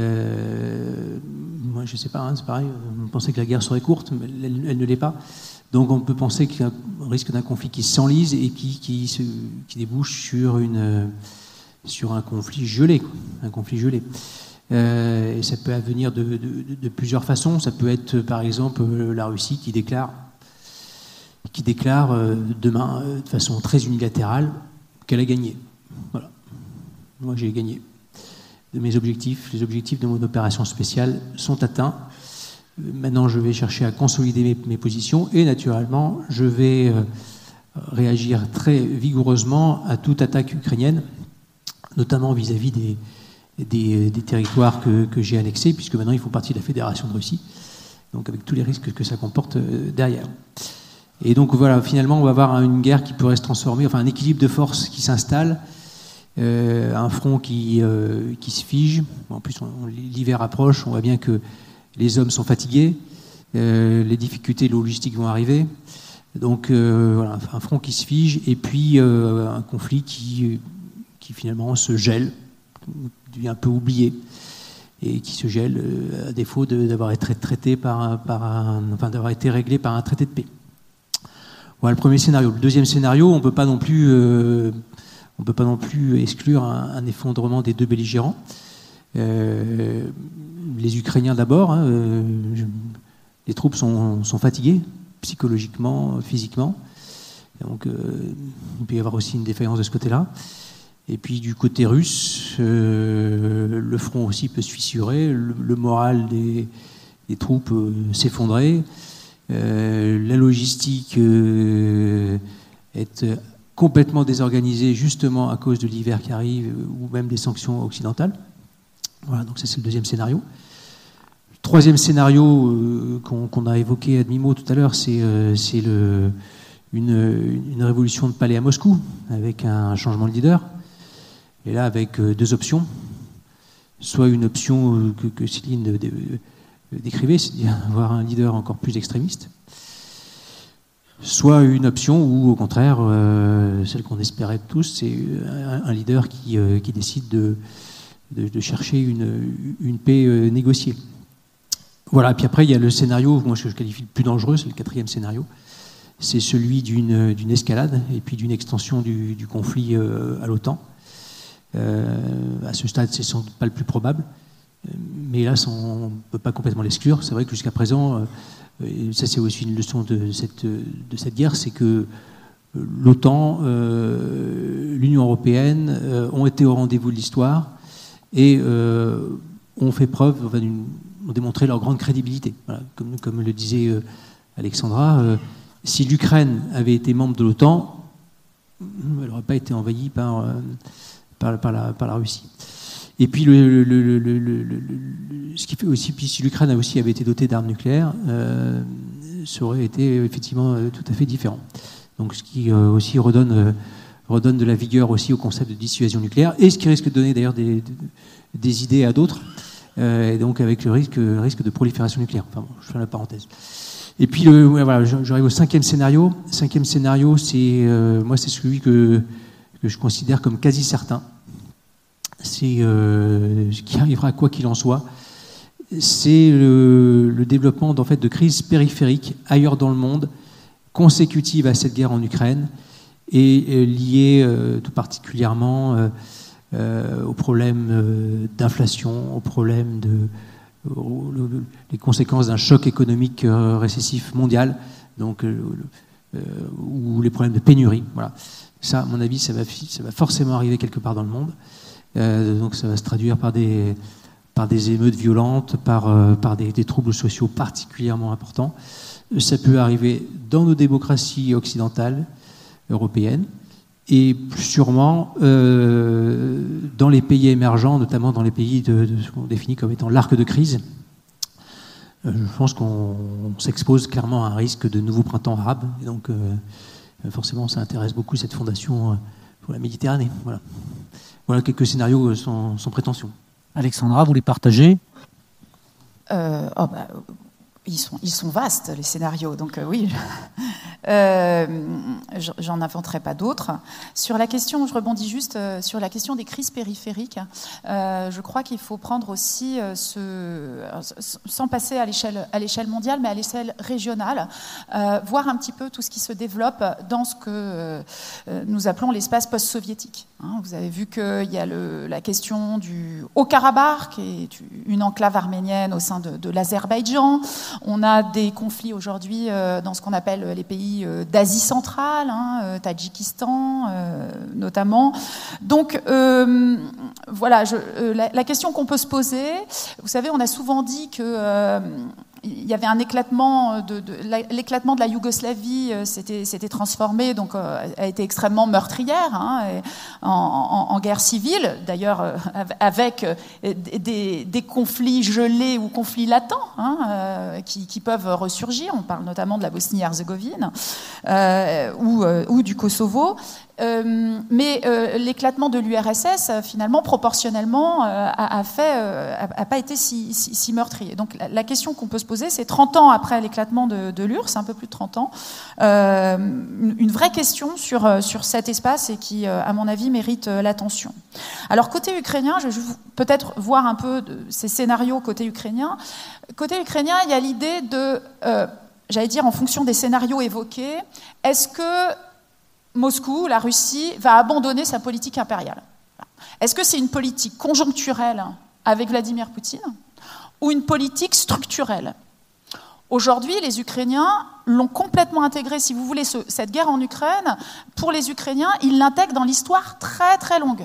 Euh, moi, je ne sais pas, hein, c'est pareil. On pensait que la guerre serait courte, mais elle, elle ne l'est pas. Donc on peut penser qu'il y a un risque d'un conflit qui s'enlise et qui, qui, se, qui débouche sur, une, sur un conflit gelé. Quoi, un conflit gelé. Euh, et ça peut venir de, de, de plusieurs façons. Ça peut être par exemple la Russie qui déclare, qui déclare demain de façon très unilatérale qu'elle a gagné. Voilà. Moi j'ai gagné. De mes objectifs, les objectifs de mon opération spéciale sont atteints. Maintenant, je vais chercher à consolider mes, mes positions et naturellement, je vais euh, réagir très vigoureusement à toute attaque ukrainienne, notamment vis-à-vis des, des, des territoires que, que j'ai annexés, puisque maintenant ils font partie de la Fédération de Russie, donc avec tous les risques que ça comporte euh, derrière. Et donc voilà, finalement, on va avoir une guerre qui pourrait se transformer, enfin un équilibre de force qui s'installe. Euh, un front qui, euh, qui se fige. En plus, on, on, l'hiver approche, on voit bien que les hommes sont fatigués, euh, les difficultés logistiques vont arriver. Donc euh, voilà, un front qui se fige, et puis euh, un conflit qui, qui finalement se gèle, devient un peu oublié, et qui se gèle euh, à défaut de, d'avoir été traité par, par un, enfin d'avoir été réglé par un traité de paix. Voilà le premier scénario. Le deuxième scénario, on ne peut pas non plus euh, On ne peut pas non plus exclure un, un effondrement des deux belligérants. Euh, les Ukrainiens d'abord, hein, euh, je, les troupes sont, sont fatiguées, psychologiquement, physiquement. Donc euh, il peut y avoir aussi une défaillance de ce côté-là. Et puis du côté russe, euh, le front aussi peut se fissurer, le, le moral des, des troupes euh, s'effondrer, euh, la logistique euh, est complètement désorganisé justement à cause de l'hiver qui arrive ou même des sanctions occidentales. Voilà, donc ça c'est le deuxième scénario. Le troisième scénario euh, qu'on, qu'on a évoqué à demi-mot tout à l'heure, c'est, euh, c'est le, une, une révolution de palais à Moscou avec un changement de leader. Et là avec euh, deux options. Soit une option euh, que, que Céline de, de, de, décrivait, c'est-à-dire avoir un leader encore plus extrémiste. Soit une option où, au contraire, euh, celle qu'on espérait tous, c'est un, un leader qui, euh, qui décide de, de, de chercher une, une paix euh, négociée. Voilà, puis après, il y a le scénario, moi je qualifie le plus dangereux, c'est le quatrième scénario. C'est celui d'une, d'une escalade et puis d'une extension du, du conflit euh, à l'OTAN. Euh, à ce stade, c'est sans doute pas le plus probable, mais là, on ne peut pas complètement l'exclure. C'est vrai que jusqu'à présent... Euh, Et ça, c'est aussi une leçon de cette, de cette guerre, c'est que l'OTAN, euh, l'Union européenne euh, ont été au rendez-vous de l'histoire et euh, ont fait preuve, enfin, d'une, ont démontré leur grande crédibilité. Voilà, comme, comme le disait euh, Alexandra, euh, si l'Ukraine avait été membre de l'OTAN, elle n'aurait pas été envahie par, euh, par, par, la, par la Russie. Et puis, le, le, le, le, le, le, ce qui fait aussi, puis si l'Ukraine aussi avait été dotée d'armes nucléaires, euh, ça aurait été effectivement tout à fait différent. Donc, ce qui euh, aussi redonne, euh, redonne de la vigueur aussi au concept de dissuasion nucléaire, et ce qui risque de donner d'ailleurs des, des idées à d'autres, euh, et donc avec le risque, le risque de prolifération nucléaire. Enfin bon, je fais la parenthèse. Et puis, le, voilà, j'arrive au cinquième scénario. Cinquième scénario, c'est euh, moi, c'est celui que, que je considère comme quasi certain. C'est euh, ce qui arrivera quoi qu'il en soit, c'est le, le développement en fait, de crises périphériques ailleurs dans le monde, consécutives à cette guerre en Ukraine, et euh, liées euh, tout particulièrement euh, euh, aux problèmes euh, d'inflation, aux problèmes de aux, le, les conséquences d'un choc économique euh, récessif mondial, donc euh, euh, ou les problèmes de pénurie. Voilà. Ça, à mon avis, ça va, ça va forcément arriver quelque part dans le monde. Euh, donc ça va se traduire par des, par des émeutes violentes, par, euh, par des, des troubles sociaux particulièrement importants. Ça peut arriver dans nos démocraties occidentales, européennes, et sûrement euh, dans les pays émergents, notamment dans les pays de, de ce qu'on définit comme étant l'arc de crise. Euh, je pense qu'on s'expose clairement à un risque de nouveau printemps arabe, et donc euh, forcément ça intéresse beaucoup cette fondation pour la Méditerranée. Voilà. Voilà quelques scénarios sans, sans prétention. Alexandra, vous les partagez ? euh, oh bah, ils, sont, ils sont vastes, les scénarios. Donc euh, oui, Euh, j'en inventerai pas d'autres. Sur la question, je rebondis juste euh, sur la question des crises périphériques. Euh, je crois qu'il faut prendre aussi, euh, ce, sans passer à l'échelle à l'échelle mondiale, mais à l'échelle régionale, euh, voir un petit peu tout ce qui se développe dans ce que euh, nous appelons l'espace post-soviétique. Hein, vous avez vu qu'il y a le, la question du Haut-Karabakh, qui est une enclave arménienne au sein de, de l'Azerbaïdjan. On a des conflits aujourd'hui euh, dans ce qu'on appelle les pays euh, d'Asie centrale, hein, euh, Tadjikistan euh, notamment. Donc euh, voilà, je, euh, la, la question qu'on peut se poser, vous savez, on a souvent dit que euh, il y avait un éclatement de, de l'éclatement de la Yougoslavie euh, s'était, s'était transformé, donc euh, a été extrêmement meurtrière, hein, et en, en, en guerre civile, d'ailleurs euh, avec euh, des, des conflits gelés ou conflits latents, hein, euh, qui, qui peuvent ressurgir. On parle notamment de la Bosnie-Herzégovine euh, ou, euh, ou du Kosovo. Euh, mais euh, l'éclatement de l'U R S S, finalement, proportionnellement, euh, a, a, fait, euh, a, a pas été si, si, si meurtrier. Donc la, la question qu'on peut se poser, c'est trente ans après l'éclatement de, de l'U R S S, un peu plus de trente ans, euh, une vraie question sur, sur cet espace et qui, euh, à mon avis, mérite euh, l'attention. Alors côté ukrainien, je vais peut-être voir un peu de ces scénarios côté ukrainien. Côté ukrainien, il y a l'idée de, euh, j'allais dire, en fonction des scénarios évoqués, est-ce que Moscou, la Russie, va abandonner sa politique impériale? Est-ce que c'est une politique conjoncturelle avec Vladimir Poutine ou une politique structurelle? Aujourd'hui, les Ukrainiens l'ont complètement intégré, si vous voulez, ce, cette guerre en Ukraine, pour les Ukrainiens, ils l'intègrent dans l'histoire très très longue.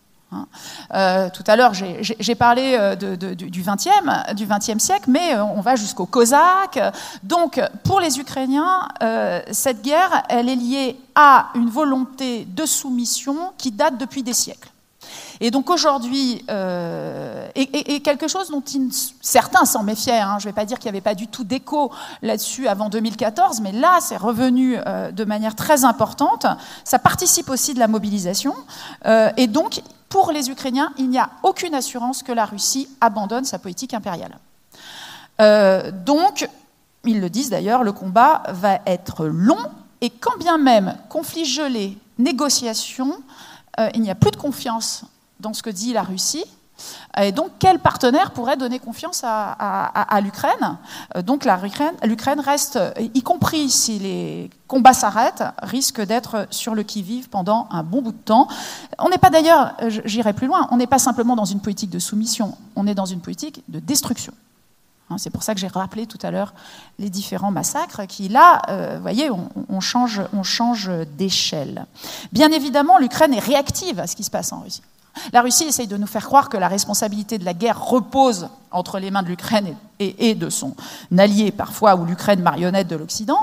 Euh, tout à l'heure, j'ai, j'ai parlé de, de, du vingtième siècle, mais on va jusqu'aux Cosaques. Donc, pour les Ukrainiens, euh, cette guerre, elle est liée à une volonté de soumission qui date depuis des siècles. Et donc aujourd'hui, euh, et, et, et quelque chose dont ils, certains s'en méfiaient, hein, je ne vais pas dire qu'il n'y avait pas du tout d'écho là-dessus avant deux mille quatorze, mais là, c'est revenu euh, de manière très importante. Ça participe aussi de la mobilisation. Euh, et donc, pour les Ukrainiens, il n'y a aucune assurance que la Russie abandonne sa politique impériale. Euh, donc, ils le disent d'ailleurs, le combat va être long, et quand bien même conflit gelé, négociation, euh, il n'y a plus de confiance dans ce que dit la Russie. Et donc, quel partenaire pourrait donner confiance à, à, à l'Ukraine? Donc, la, l'Ukraine reste, y compris si les combats s'arrêtent, risque d'être sur le qui-vive pendant un bon bout de temps. On n'est pas d'ailleurs, j'irai plus loin, on n'est pas simplement dans une politique de soumission, on est dans une politique de destruction. C'est pour ça que j'ai rappelé tout à l'heure les différents massacres qui, là, euh, vous voyez, on, on, change, on change d'échelle. Bien évidemment, l'Ukraine est réactive à ce qui se passe en Russie. La Russie essaye de nous faire croire que la responsabilité de la guerre repose entre les mains de l'Ukraine et, et, et de son allié, parfois, ou l'Ukraine marionnette de l'Occident.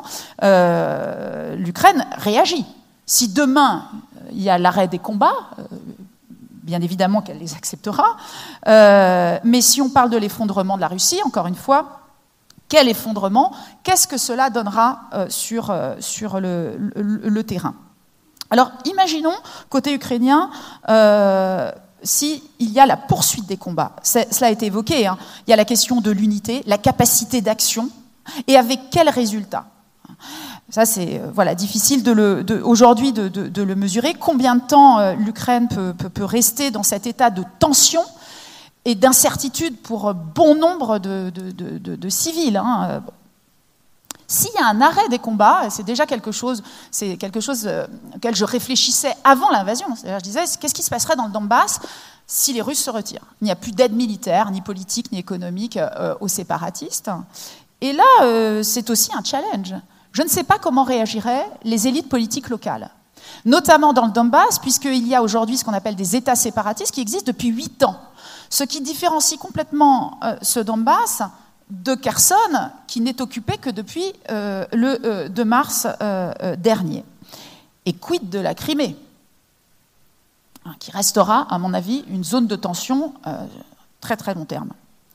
Euh, L'Ukraine réagit. Si demain, il y a l'arrêt des combats, euh, bien évidemment qu'elle les acceptera, euh, mais si on parle de l'effondrement de la Russie, encore une fois, quel effondrement? Qu'est-ce que cela donnera euh, sur, euh, sur le, le, le terrain? Alors, imaginons, côté ukrainien, euh, s'il y a la poursuite des combats. C'est, cela a été évoqué, hein. Il y a la question de l'unité, la capacité d'action, et avec quels résultats? Ça, c'est euh, voilà, difficile de le, de, aujourd'hui de, de, de le mesurer. Combien de temps euh, l'Ukraine peut, peut, peut rester dans cet état de tension et d'incertitude pour bon nombre de, de, de, de, de civils, hein. S'il y a un arrêt des combats, c'est déjà quelque chose, c'est quelque chose auquel je réfléchissais avant l'invasion. C'est-à-dire, je disais, qu'est-ce qui se passerait dans le Donbass si les Russes se retirent? Il n'y a plus d'aide militaire, ni politique, ni économique euh, aux séparatistes. Et là, euh, c'est aussi un challenge. Je ne sais pas comment réagiraient les élites politiques locales, notamment dans le Donbass, puisqu'il y a aujourd'hui ce qu'on appelle des États séparatistes qui existent depuis huit ans. Ce qui différencie complètement euh, ce Donbass de Kherson, qui n'est occupé que depuis euh, le euh, deux mars euh, euh, dernier. Et quid de la Crimée, hein, qui restera, à mon avis, une zone de tension euh, très très long terme.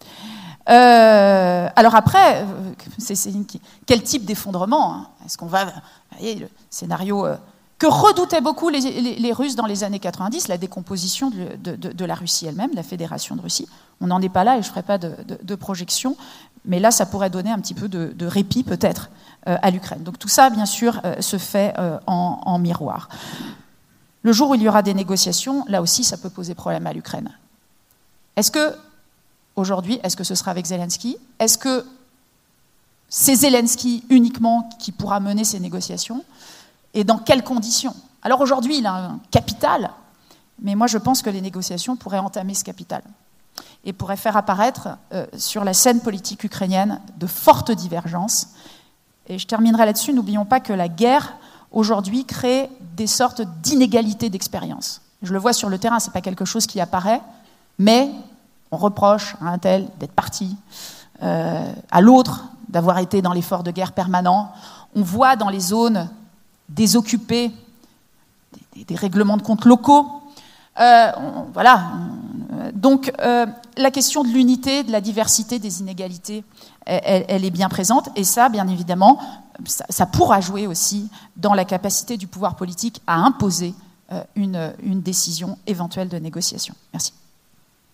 Euh, alors après, c'est, c'est une, quel type d'effondrement, hein? Est-ce qu'on va... Vous voyez, le scénario euh, que redoutaient beaucoup les, les, les Russes dans les années quatre-vingt-dix, la décomposition de, de, de, de la Russie elle-même, de la Fédération de Russie. On n'en est pas là et je ne ferai pas de, de, de projection, mais là, ça pourrait donner un petit peu de, de répit, peut-être, euh, à l'Ukraine. Donc tout ça, bien sûr, euh, se fait euh, en, en miroir. Le jour où il y aura des négociations, là aussi, ça peut poser problème à l'Ukraine. Est-ce que, aujourd'hui, est-ce que ce sera avec Zelensky ? Est-ce que c'est Zelensky uniquement qui pourra mener ces négociations ? Et dans quelles conditions ? Alors aujourd'hui, il a un capital, mais moi je pense que les négociations pourraient entamer ce capital et pourraient faire apparaître euh, sur la scène politique ukrainienne de fortes divergences. Et je terminerai là-dessus, n'oublions pas que la guerre, aujourd'hui, crée des sortes d'inégalités d'expérience. Je le vois sur le terrain, ce n'est pas quelque chose qui apparaît, mais on reproche à un tel d'être parti, euh, à l'autre d'avoir été dans l'effort de guerre permanent. On voit dans les zones désoccupés, des, des règlements de comptes locaux. Euh, on, voilà. Donc, euh, la question de l'unité, de la diversité, des inégalités, elle, elle est bien présente. Et ça, bien évidemment, ça, ça pourra jouer aussi dans la capacité du pouvoir politique à imposer euh, une, une décision éventuelle de négociation. Merci. Céline ?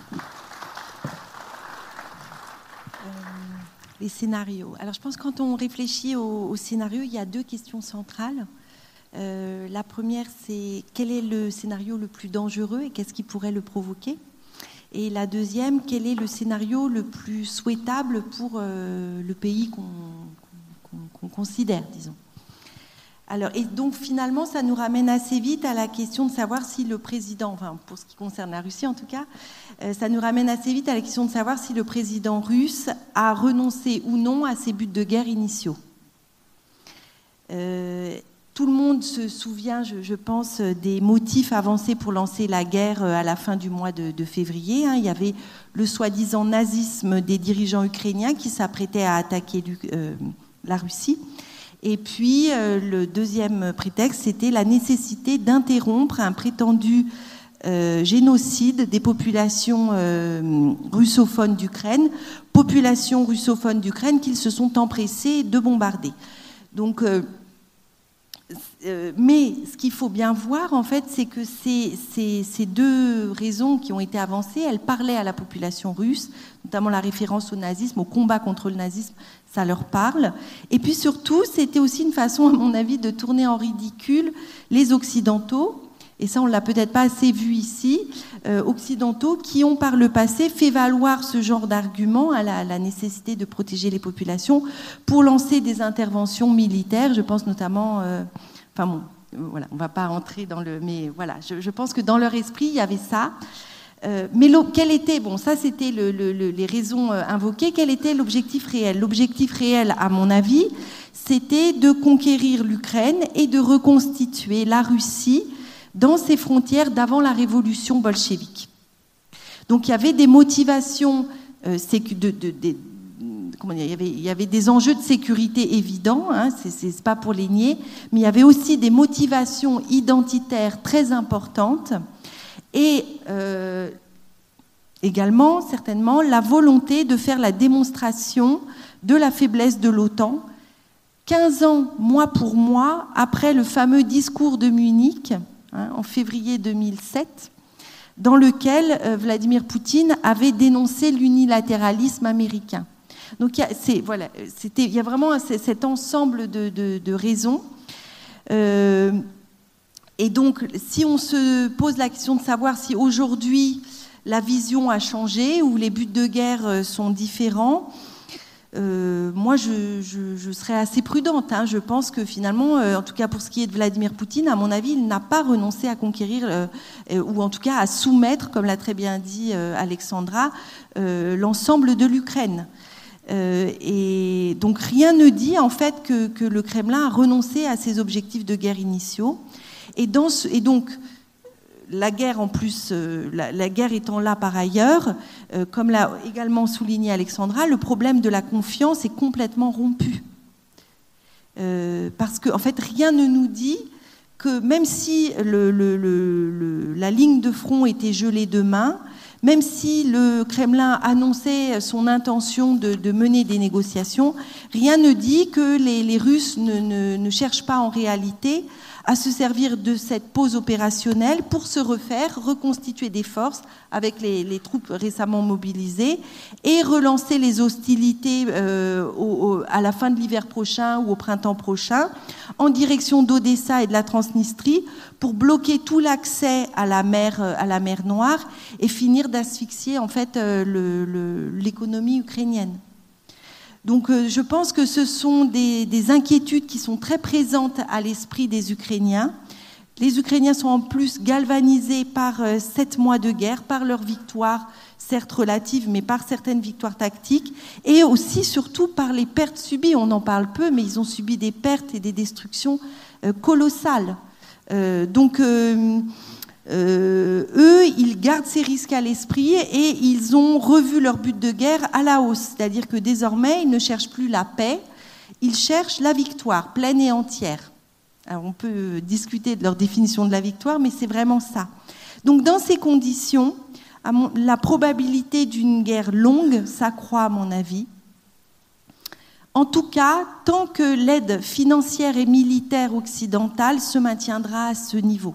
Les scénarios. Alors, je pense que quand on réfléchit au, au scénario, il y a deux questions centrales. Euh, la première, c'est quel est le scénario le plus dangereux et qu'est-ce qui pourrait le provoquer ? Et la deuxième, quel est le scénario le plus souhaitable pour euh, le pays qu'on, qu'on, qu'on considère, disons. Alors, et donc, finalement, ça nous ramène assez vite à la question de savoir si le président, enfin, pour ce qui concerne la Russie en tout cas, euh, ça nous ramène assez vite à la question de savoir si le président russe a renoncé ou non à ses buts de guerre initiaux. Euh, tout le monde se souvient, je, je pense, des motifs avancés pour lancer la guerre à la fin du mois de, de février. Hein. Il y avait le soi-disant nazisme des dirigeants ukrainiens qui s'apprêtaient à attaquer euh, la Russie. Et puis, euh, le deuxième prétexte, c'était la nécessité d'interrompre un prétendu euh, génocide des populations euh, russophones d'Ukraine, populations russophones d'Ukraine qu'ils se sont empressés de bombarder. Donc, euh, euh, mais ce qu'il faut bien voir, en fait, c'est que ces, ces, ces deux raisons qui ont été avancées, elles parlaient à la population russe, notamment la référence au nazisme, au combat contre le nazisme, ça leur parle. Et puis surtout, c'était aussi une façon, à mon avis, de tourner en ridicule les Occidentaux, et ça on ne l'a peut-être pas assez vu ici, euh, Occidentaux qui ont par le passé fait valoir ce genre d'argument à la, la nécessité de protéger les populations pour lancer des interventions militaires. Je pense notamment... Euh, enfin bon, voilà, on ne va pas entrer dans le... Mais voilà, je, je pense que dans leur esprit, il y avait ça. Euh, mais quel était, bon, ça c'était le, le, le, les raisons euh, invoquées, quel était l'objectif réel ? L'objectif réel, à mon avis, c'était de conquérir l'Ukraine et de reconstituer la Russie dans ses frontières d'avant la révolution bolchevique. Donc il y avait des motivations, euh, sécu- de, de, de, comment dire, il y avait, il y avait des enjeux de sécurité évidents, hein, c'est, c'est pas pour les nier, mais il y avait aussi des motivations identitaires très importantes. Et euh, également, certainement, la volonté de faire la démonstration de la faiblesse de l'OTAN, quinze ans, mois pour mois, après le fameux discours de Munich, hein, en février deux mille sept, dans lequel euh, Vladimir Poutine avait dénoncé l'unilatéralisme américain. Donc, il y a, c'est, voilà, c'était, il y a vraiment cet ensemble de, de, de raisons. Euh, Et donc, si on se pose la question de savoir si aujourd'hui la vision a changé ou les buts de guerre sont différents, euh, moi, je, je, je serais assez prudente. Hein. Je pense que finalement, euh, en tout cas pour ce qui est de Vladimir Poutine, à mon avis, il n'a pas renoncé à conquérir, euh, euh, ou en tout cas à soumettre, comme l'a très bien dit euh, Alexandra, euh, l'ensemble de l'Ukraine. Euh, et donc, rien ne dit en fait que, que le Kremlin a renoncé à ses objectifs de guerre initiaux. Et, dans ce, et donc, la guerre, en plus, euh, la, la guerre étant là par ailleurs, euh, comme l'a également souligné Alexandra, le problème de la confiance est complètement rompu. Euh, parce qu'en en fait, rien ne nous dit que même si le, le, le, le, la ligne de front était gelée demain, Même si le Kremlin annonçait son intention de, de mener des négociations, rien ne dit que les, les Russes ne, ne, ne cherchent pas en réalité à se servir de cette pause opérationnelle pour se refaire, reconstituer des forces avec les, les troupes récemment mobilisées et relancer les hostilités euh, au, au, à la fin de l'hiver prochain ou au printemps prochain en direction d'Odessa et de la Transnistrie pour bloquer tout l'accès à la mer, à la mer Noire et finir d'asphyxier en fait euh, le, le, l'économie ukrainienne. Donc euh, je pense que ce sont des, des inquiétudes qui sont très présentes à l'esprit des Ukrainiens. Les Ukrainiens sont en plus galvanisés par euh, sept mois de guerre, par leur victoire, certes relative, mais par certaines victoires tactiques, et aussi surtout par les pertes subies. On en parle peu, mais ils ont subi des pertes et des destructions euh, colossales. Euh, donc euh, Euh, eux, ils gardent ces risques à l'esprit et ils ont revu leur but de guerre à la hausse. C'est-à-dire que désormais, ils ne cherchent plus la paix, ils cherchent la victoire, pleine et entière. Alors, on peut discuter de leur définition de la victoire, mais c'est vraiment ça. Donc, dans ces conditions, à mon, la probabilité d'une guerre longue s'accroît, à mon avis. En tout cas, tant que l'aide financière et militaire occidentale se maintiendra à ce niveau.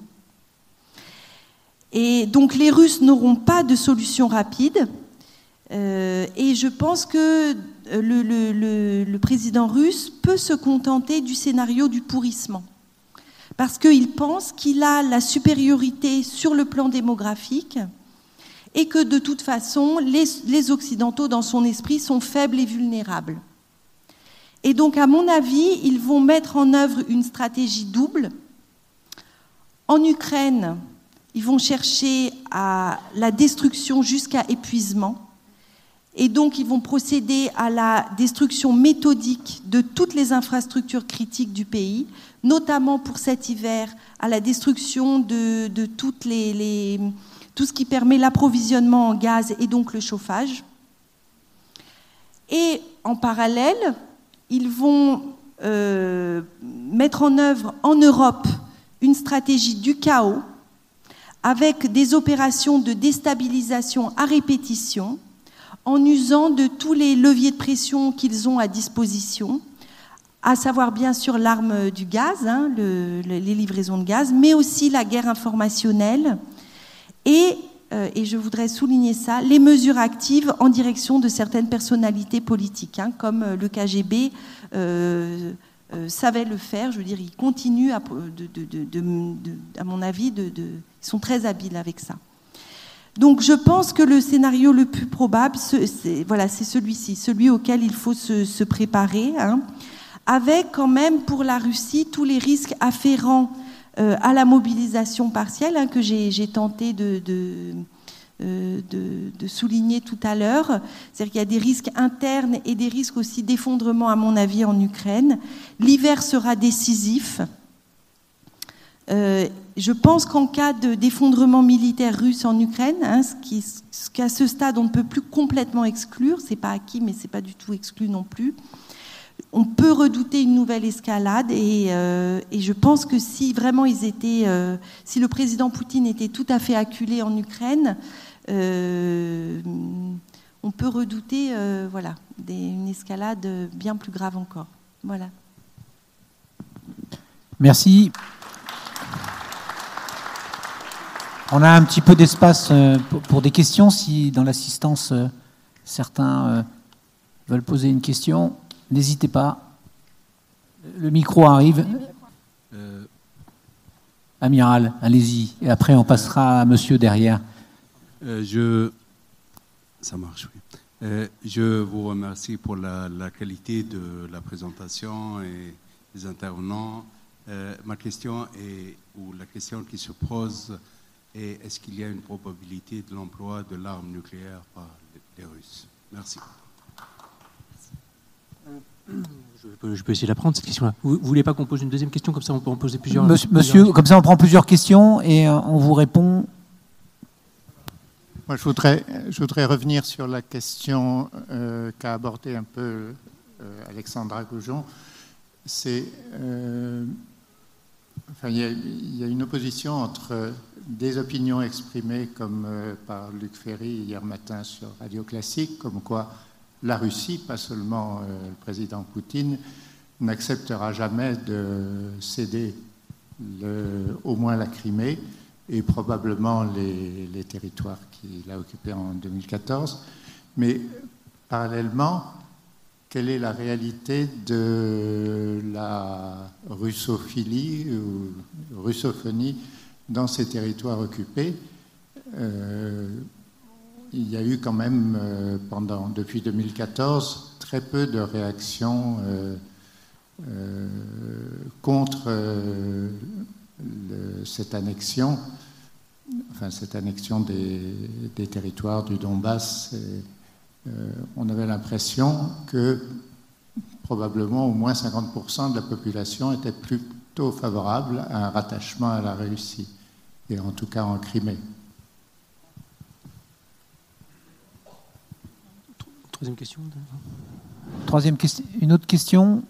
Et donc les Russes n'auront pas de solution rapide. Euh, et je pense que le, le, le, le président russe peut se contenter du scénario du pourrissement. Parce qu'il pense qu'il a la supériorité sur le plan démographique et que de toute façon, les, les Occidentaux, dans son esprit, sont faibles et vulnérables. Et donc, à mon avis, ils vont mettre en œuvre une stratégie double. En Ukraine, ils vont chercher à la destruction jusqu'à épuisement. Et donc, ils vont procéder à la destruction méthodique de toutes les infrastructures critiques du pays, notamment pour cet hiver, à la destruction de, de toutes les, les, tout ce qui permet l'approvisionnement en gaz et donc le chauffage. Et en parallèle, ils vont euh, mettre en œuvre en Europe une stratégie du chaos, avec des opérations de déstabilisation à répétition, en usant de tous les leviers de pression qu'ils ont à disposition, à savoir bien sûr l'arme du gaz, hein, le, le, les livraisons de gaz, mais aussi la guerre informationnelle et, euh, et je voudrais souligner ça, les mesures actives en direction de certaines personnalités politiques, hein, comme le K G B euh, euh, savait le faire. Je veux dire, ils continuent, à, de, de, de, de, de, à mon avis, de, de ils sont très habiles avec ça. Donc je pense que le scénario le plus probable, c'est, voilà, c'est celui-ci, celui auquel il faut se, se préparer, hein, avec quand même pour la Russie tous les risques afférents euh, à la mobilisation partielle, hein, que j'ai, j'ai tenté de, de, euh, de, de souligner tout à l'heure. C'est-à-dire qu'il y a des risques internes et des risques aussi d'effondrement, à mon avis, en Ukraine. L'hiver sera décisif. Euh, je pense qu'en cas de, d'effondrement militaire russe en Ukraine, hein, ce, qui, ce qu'à ce stade on ne peut plus complètement exclure, c'est pas acquis mais c'est pas du tout exclu non plus, on peut redouter une nouvelle escalade et, euh, et je pense que si vraiment ils étaient, euh, si le président Poutine était tout à fait acculé en Ukraine, euh, on peut redouter euh, voilà, des, une escalade bien plus grave encore. Voilà. Merci. On a un petit peu d'espace pour des questions. Si dans l'assistance, certains veulent poser une question, n'hésitez pas. Le micro arrive. Euh... Amiral, allez-y. Et après, on passera à monsieur derrière. Euh, je... Ça marche, oui. Euh, je vous remercie pour la, la qualité de la présentation et des intervenants. Euh, ma question est, ou la question qui se pose, et est-ce qu'il y a une probabilité de l'emploi de l'arme nucléaire par les Russes? Merci. Je peux, je peux essayer de la prendre, cette question-là. Vous ne voulez pas qu'on pose une deuxième question? Comme ça, on peut en poser plusieurs. Monsieur, plusieurs monsieur comme ça, on prend plusieurs questions et on vous répond. Moi, je voudrais, je voudrais revenir sur la question euh, qu'a abordée un peu euh, Alexandra Goujon. C'est... Euh, Enfin, il, y a, il y a une opposition entre des opinions exprimées comme euh, par Luc Ferry hier matin sur Radio Classique, comme quoi la Russie, pas seulement euh, le président Poutine, n'acceptera jamais de céder le, au moins la Crimée et probablement les, les territoires qu'il a occupés en deux mille quatorze. Mais parallèlement, quelle est la réalité de la russophilie ou russophonie dans ces territoires occupés? euh, Il y a eu quand même, euh, pendant, depuis deux mille quatorze, très peu de réactions euh, euh, contre euh, le, cette annexion, enfin cette annexion des, des territoires du Donbass. Et, euh, on avait l'impression que probablement au moins cinquante pour cent de la population était plutôt favorable à un rattachement à la Russie, et en tout cas en Crimée. Troisième question. Troisième question. Une autre question.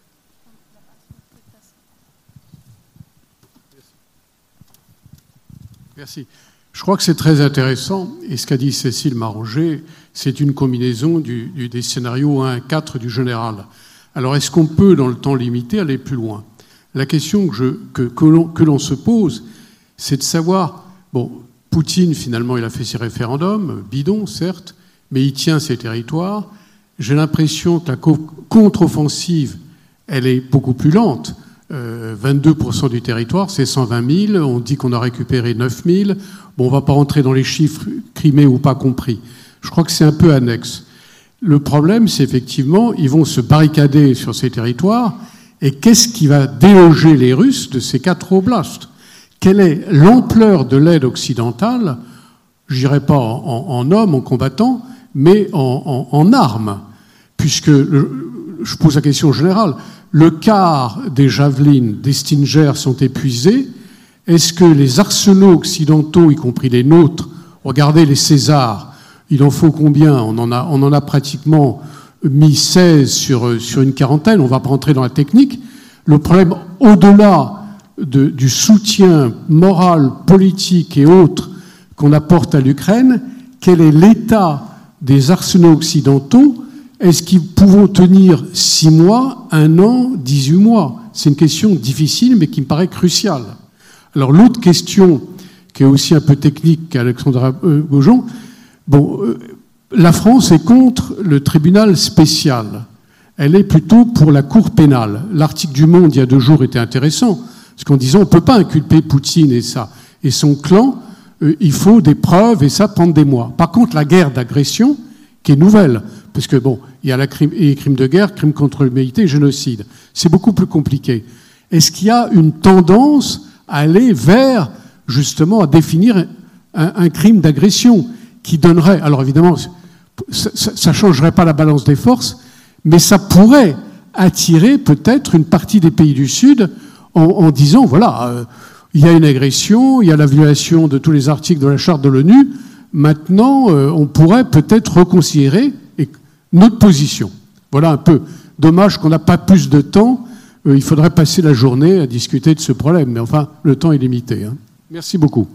Merci. Je crois que c'est très intéressant, et ce qu'a dit Cécile Marangé, c'est une combinaison du, du, des scénarios un à quatre du général. Alors, est-ce qu'on peut, dans le temps limité, aller plus loin? La question que, je, que, que, l'on, que l'on se pose, c'est de savoir, bon, Poutine, finalement, il a fait ses référendums, bidons, certes, mais il tient ses territoires. J'ai l'impression que la contre-offensive, elle est beaucoup plus lente. Euh, vingt-deux pour cent du territoire, c'est cent vingt mille. On dit qu'on a récupéré neuf mille. Bon, on ne va pas rentrer dans les chiffres Crimée ou pas compris. Je crois que c'est un peu annexe. Le problème, c'est effectivement, ils vont se barricader sur ces territoires. Et qu'est-ce qui va déloger les Russes de ces quatre oblasts? Quelle est l'ampleur de l'aide occidentale? Je dirais pas en, en, en hommes, en combattants, mais en, en, en armes. Puisque, le, je pose la question générale, le quart des javelines, des Stinger sont épuisés. Est-ce que les arsenaux occidentaux, y compris les nôtres, regardez les Césars, il en faut combien? On en a, on en a pratiquement mis seize sur, sur une quarantaine, on ne va pas rentrer dans la technique. Le problème, au-delà de, du soutien moral, politique et autres qu'on apporte à l'Ukraine, quel est l'état des arsenaux occidentaux? Est-ce qu'ils pourront tenir six mois, un an, dix-huit mois? C'est une question difficile, mais qui me paraît cruciale. Alors l'autre question, qui est aussi un peu technique qu'Alexandra Gaujon, bon, euh, la France est contre le tribunal spécial. Elle est plutôt pour la cour pénale. L'article du Monde, il y a deux jours, était intéressant, parce qu'en disant on ne peut pas inculper Poutine et, ça, et son clan, euh, il faut des preuves, et ça prend des mois. Par contre, la guerre d'agression, qui est nouvelle, parce que bon, il y a la crime, les crimes de guerre, crimes contre l'humanité et génocide. C'est beaucoup plus compliqué. Est-ce qu'il y a une tendance à aller vers, justement, à définir un, un crime d'agression qui donnerait, alors évidemment, ça ne changerait pas la balance des forces, mais ça pourrait attirer peut-être une partie des pays du Sud en, en disant, voilà, euh, il y a une agression, il y a la violation de tous les articles de la Charte de l'ONU, maintenant, euh, on pourrait peut-être reconsidérer notre position. Voilà un peu. Dommage qu'on n'a pas plus de temps. Euh, il faudrait passer la journée à discuter de ce problème. Mais enfin, le temps est limité. Hein. Merci beaucoup.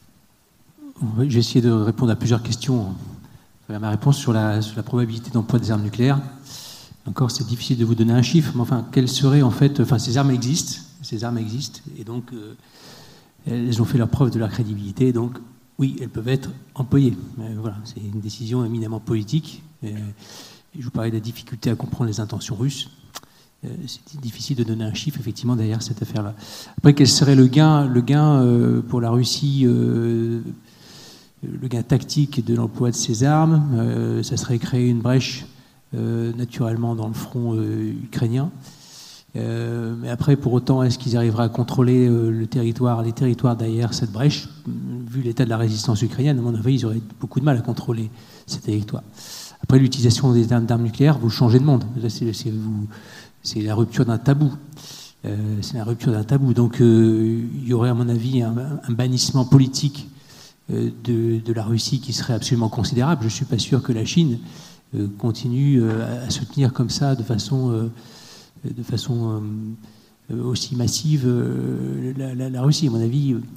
Oui, j'ai essayé de répondre à plusieurs questions. Ma réponse sur la, sur la probabilité d'emploi des armes nucléaires. Encore, c'est difficile de vous donner un chiffre, mais enfin, quelles seraient en fait... Enfin, ces armes existent. Ces armes existent. Et donc, euh, elles ont fait leur preuve de leur crédibilité. Donc, oui, elles peuvent être employées. Mais voilà, c'est une décision éminemment politique. Et je vous parlais de la difficulté à comprendre les intentions russes. C'est difficile de donner un chiffre, effectivement, derrière cette affaire-là. Après, quel serait le gain, le gain euh, pour la Russie, euh, le gain tactique de l'emploi de ces armes? euh, Ça serait créer une brèche, euh, naturellement, dans le front euh, ukrainien. Euh, mais après, pour autant, est-ce qu'ils arriveraient à contrôler euh, le territoire, les territoires derrière cette brèche? Vu l'état de la résistance ukrainienne, à mon avis, ils auraient beaucoup de mal à contrôler ces territoires. Après, l'utilisation des armes, d'armes nucléaires, vous changez de monde. C'est, c'est, vous, c'est la rupture d'un tabou. Euh, c'est la rupture d'un tabou. Donc, euh, il y aurait, à mon avis, un, un bannissement politique euh, de, de la Russie qui serait absolument considérable. Je ne suis pas sûr que la Chine euh, continue euh, à soutenir comme ça, de façon, euh, de façon euh, aussi massive, euh, la, la, la Russie. À mon avis,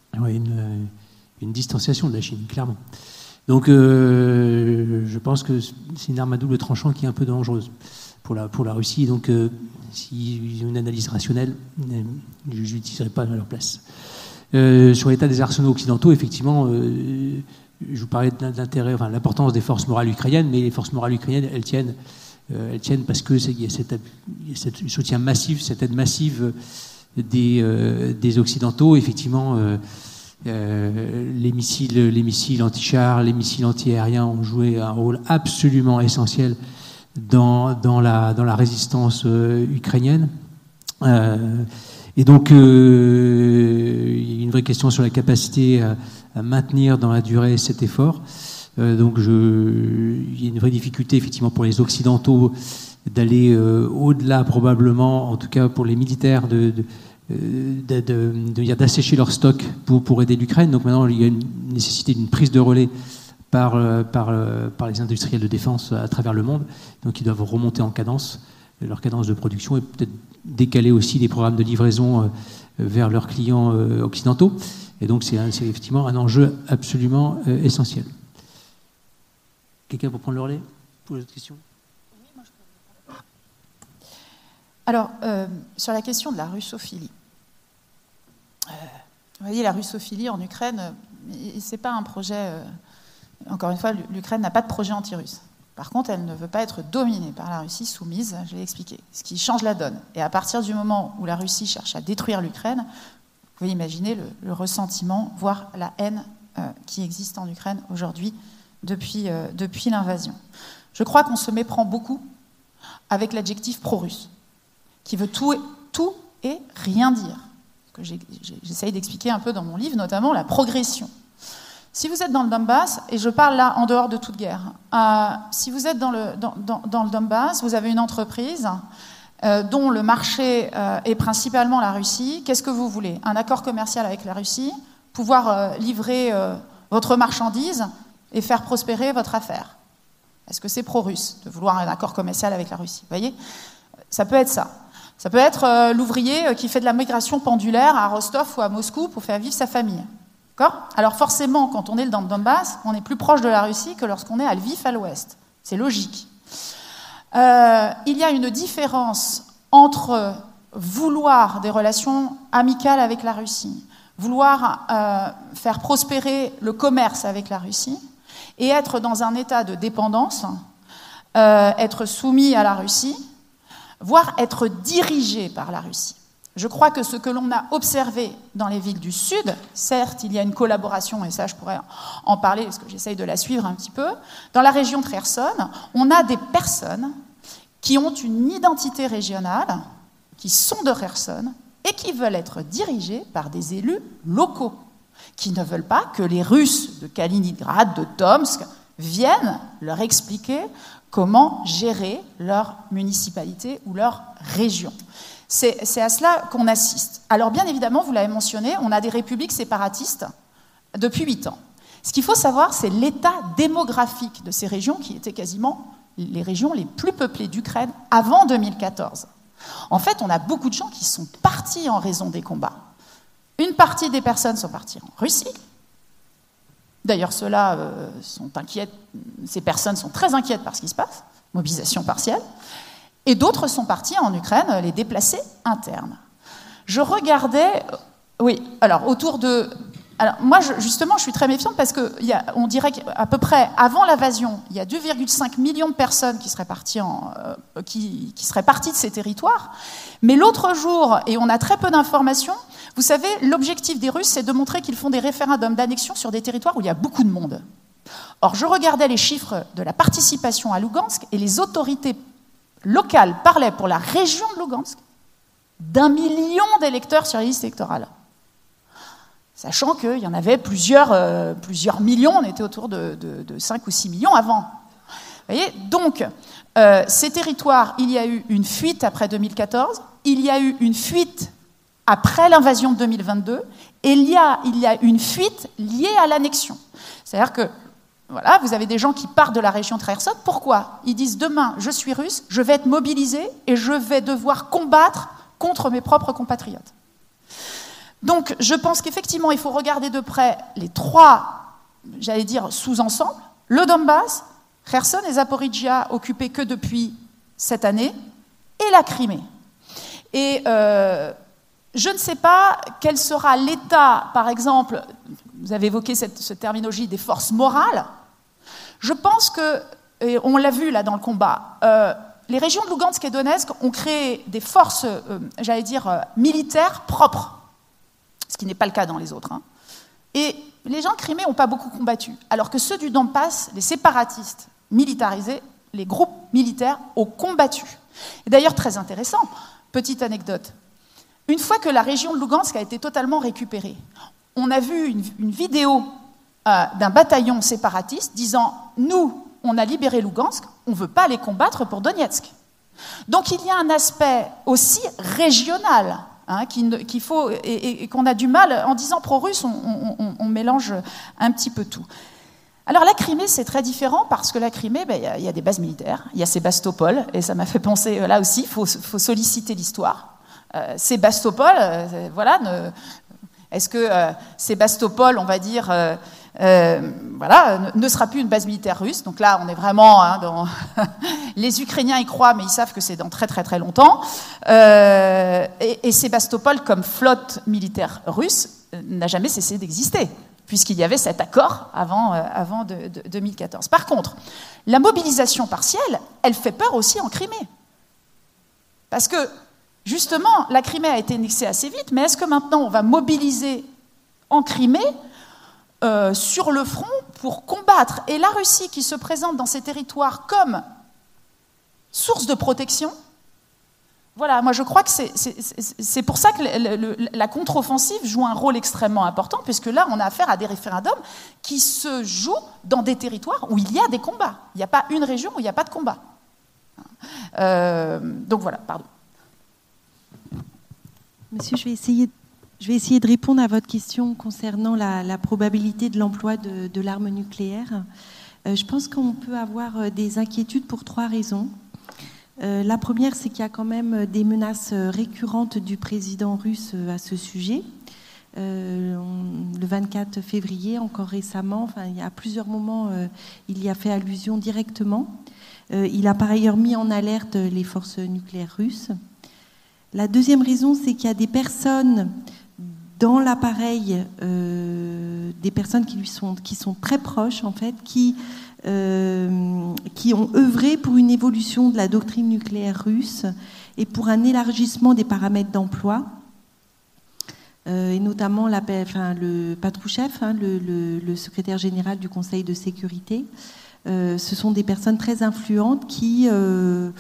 Ouais, une, une distanciation de la Chine, clairement. Donc, euh, je pense que c'est une arme à double tranchant qui est un peu dangereuse pour la, pour la Russie. Donc, euh, s'il y a une analyse rationnelle, je n'utiliserai pas à leur place. Euh, sur l'état des arsenaux occidentaux, effectivement, euh, je vous parlais de l'intérêt, enfin, l'importance des forces morales ukrainiennes, mais les forces morales ukrainiennes, elles tiennent, euh, elles tiennent parce qu'il y a cet soutien massif, cette aide massive des, euh, des Occidentaux. Effectivement, euh, euh, les missiles, les missiles anti-chars, les missiles anti-aériens ont joué un rôle absolument essentiel dans, dans, la, dans la résistance euh, ukrainienne. Euh, et donc, euh, il y a une vraie question sur la capacité à, à maintenir dans la durée cet effort. Euh, donc, je, il y a une vraie difficulté, effectivement, pour les Occidentaux d'aller euh, au-delà, probablement, en tout cas pour les militaires, de, de De, de, de, d'assécher leur stock pour, pour aider l'Ukraine. Donc maintenant, il y a une nécessité d'une prise de relais par, par, par les industriels de défense à travers le monde. Donc ils doivent remonter en cadence, leur cadence de production, et peut-être décaler aussi les programmes de livraison vers leurs clients occidentaux. Et donc c'est, c'est effectivement un enjeu absolument essentiel. Quelqu'un pour prendre le relais pour les autres questions ? Alors, euh, sur la question de la russophilie, euh, vous voyez, la russophilie en Ukraine, euh, c'est pas un projet... Euh, encore une fois, l'Ukraine n'a pas de projet anti-russe. Par contre, elle ne veut pas être dominée par la Russie, soumise, je l'ai expliqué, ce qui change la donne. Et à partir du moment où la Russie cherche à détruire l'Ukraine, vous pouvez imaginer le, le ressentiment, voire la haine euh, qui existe en Ukraine aujourd'hui depuis, euh, depuis l'invasion. Je crois qu'on se méprend beaucoup avec l'adjectif pro-russe, qui veut tout et, tout et rien dire. Ce que j'ai, j'essaye d'expliquer un peu dans mon livre, notamment la progression. Si vous êtes dans le Donbass, et je parle là en dehors de toute guerre, euh, si vous êtes dans le, dans, dans, dans le Donbass, vous avez une entreprise euh, dont le marché euh, est principalement la Russie. Qu'est-ce que vous voulez ? Un accord commercial avec la Russie, pouvoir euh, livrer euh, votre marchandise et faire prospérer votre affaire. Est-ce que c'est pro-russe de vouloir un accord commercial avec la Russie ? Vous voyez ? Ça peut être ça. Ça peut être euh, l'ouvrier qui fait de la migration pendulaire à Rostov ou à Moscou pour faire vivre sa famille. D'accord ? Alors forcément, quand on est dans le Donbass, on est plus proche de la Russie que lorsqu'on est à Lviv à l'ouest. C'est logique. Euh, il y a une différence entre vouloir des relations amicales avec la Russie, vouloir euh, faire prospérer le commerce avec la Russie, et être dans un état de dépendance, euh, être soumis à la Russie, voire être dirigé par la Russie. Je crois que ce que l'on a observé dans les villes du Sud, certes, il y a une collaboration, et ça, je pourrais en parler parce que j'essaye de la suivre un petit peu. Dans la région de Kherson, on a des personnes qui ont une identité régionale, qui sont de Kherson, et qui veulent être dirigées par des élus locaux, qui ne veulent pas que les Russes de Kaliningrad, de Tomsk, viennent leur expliquer comment gérer leur municipalité ou leur région. C'est, c'est à cela qu'on assiste. Alors bien évidemment, vous l'avez mentionné, on a des républiques séparatistes depuis huit ans. Ce qu'il faut savoir, c'est l'état démographique de ces régions qui étaient quasiment les régions les plus peuplées d'Ukraine avant deux mille quatorze. En fait, on a beaucoup de gens qui sont partis en raison des combats. Une partie des personnes sont parties en Russie. D'ailleurs, ceux-là euh, sont inquiets, ces personnes sont très inquiètes par ce qui se passe, mobilisation partielle. Et d'autres sont partis en Ukraine, les déplacés internes. Je regardais, oui, alors autour de... Alors moi, je, justement, je suis très méfiante parce qu'on dirait qu'à peu près, avant l'invasion, il y a deux virgule cinq millions de personnes qui seraient parties, en, euh, qui, qui seraient parties de ces territoires. Mais l'autre jour, et on a très peu d'informations, vous savez, l'objectif des Russes, c'est de montrer qu'ils font des référendums d'annexion sur des territoires où il y a beaucoup de monde. Or, je regardais les chiffres de la participation à Lugansk et les autorités locales parlaient pour la région de Lugansk d'un million d'électeurs sur les listes électorales. Sachant qu'il y en avait plusieurs, euh, plusieurs millions, on était autour de, de, de cinq ou six millions avant. Vous voyez ? Donc, euh, ces territoires, il y a eu une fuite après deux mille quatorze, il y a eu une fuite après l'invasion de deux mille vingt-deux, et il y a, il y a une fuite liée à l'annexion. C'est-à-dire que, voilà, vous avez des gens qui partent de la région de Kherson. Pourquoi ? Ils disent, demain, je suis russe, je vais être mobilisé et je vais devoir combattre contre mes propres compatriotes. Donc, je pense qu'effectivement, il faut regarder de près les trois, j'allais dire, sous-ensembles. Le Donbass, Kherson et Zaporijjia occupés que depuis cette année, et la Crimée. Et euh, je ne sais pas quel sera l'état, par exemple, vous avez évoqué cette, cette terminologie des forces morales. Je pense que, et on l'a vu là dans le combat, euh, les régions de Lugansk et Donetsk ont créé des forces, euh, j'allais dire, euh, militaires propres, ce qui n'est pas le cas dans les autres. Hein. Et les gens de Crimée n'ont pas beaucoup combattu, alors que ceux du Donbass, les séparatistes militarisés, les groupes militaires ont combattu. Et d'ailleurs, très intéressant, petite anecdote, une fois que la région de Lugansk a été totalement récupérée, on a vu une, une vidéo euh, d'un bataillon séparatiste disant « Nous, on a libéré Lugansk, on ne veut pas aller combattre pour Donetsk ». Donc il y a un aspect aussi régional hein, qu'il qu'il faut, et, et, et qu'on a du mal, en disant pro-russe, on, on, on, on mélange un petit peu tout. Alors la Crimée, c'est très différent parce que la Crimée, ben, y, y a des bases militaires, il y a Sébastopol, et ça m'a fait penser, là aussi, il faut, faut solliciter l'histoire. Euh, Sébastopol, euh, voilà, ne, est-ce que euh, Sébastopol, on va dire, euh, euh, voilà, ne, ne sera plus une base militaire russe. Donc là, on est vraiment hein, dans... Les Ukrainiens y croient, mais ils savent que c'est dans très très très longtemps. Euh, et, et Sébastopol, comme flotte militaire russe, n'a jamais cessé d'exister, puisqu'il y avait cet accord avant, euh, avant de, de deux mille quatorze. Par contre, la mobilisation partielle, elle fait peur aussi en Crimée. Parce que, justement, la Crimée a été annexée assez vite, mais est-ce que maintenant on va mobiliser en Crimée euh, sur le front pour combattre? Et la Russie qui se présente dans ces territoires comme source de protection, voilà, moi je crois que c'est, c'est, c'est pour ça que le, le, la contre-offensive joue un rôle extrêmement important, puisque là on a affaire à des référendums qui se jouent dans des territoires où il y a des combats. Il n'y a pas une région où il n'y a pas de combat. Euh, donc voilà, pardon. Monsieur, je vais essayer, je vais essayer de répondre à votre question concernant la, la probabilité de l'emploi de, de l'arme nucléaire. Euh, je pense qu'on peut avoir des inquiétudes pour trois raisons. Euh, la première, c'est qu'il y a quand même des menaces récurrentes du président russe à ce sujet. Euh, on, le vingt-quatre février, encore récemment, enfin, il y a à plusieurs moments, euh, il y a fait allusion directement. Euh, il a par ailleurs mis en alerte les forces nucléaires russes. La deuxième raison, c'est qu'il y a des personnes dans l'appareil, euh, des personnes qui lui sont, qui sont très proches, en fait, qui, euh, qui ont œuvré pour une évolution de la doctrine nucléaire russe et pour un élargissement des paramètres d'emploi, euh, et notamment la, enfin, le Patrouchev, hein, le, le, le secrétaire général du Conseil de sécurité. Euh, ce sont des personnes très influentes qui... Euh,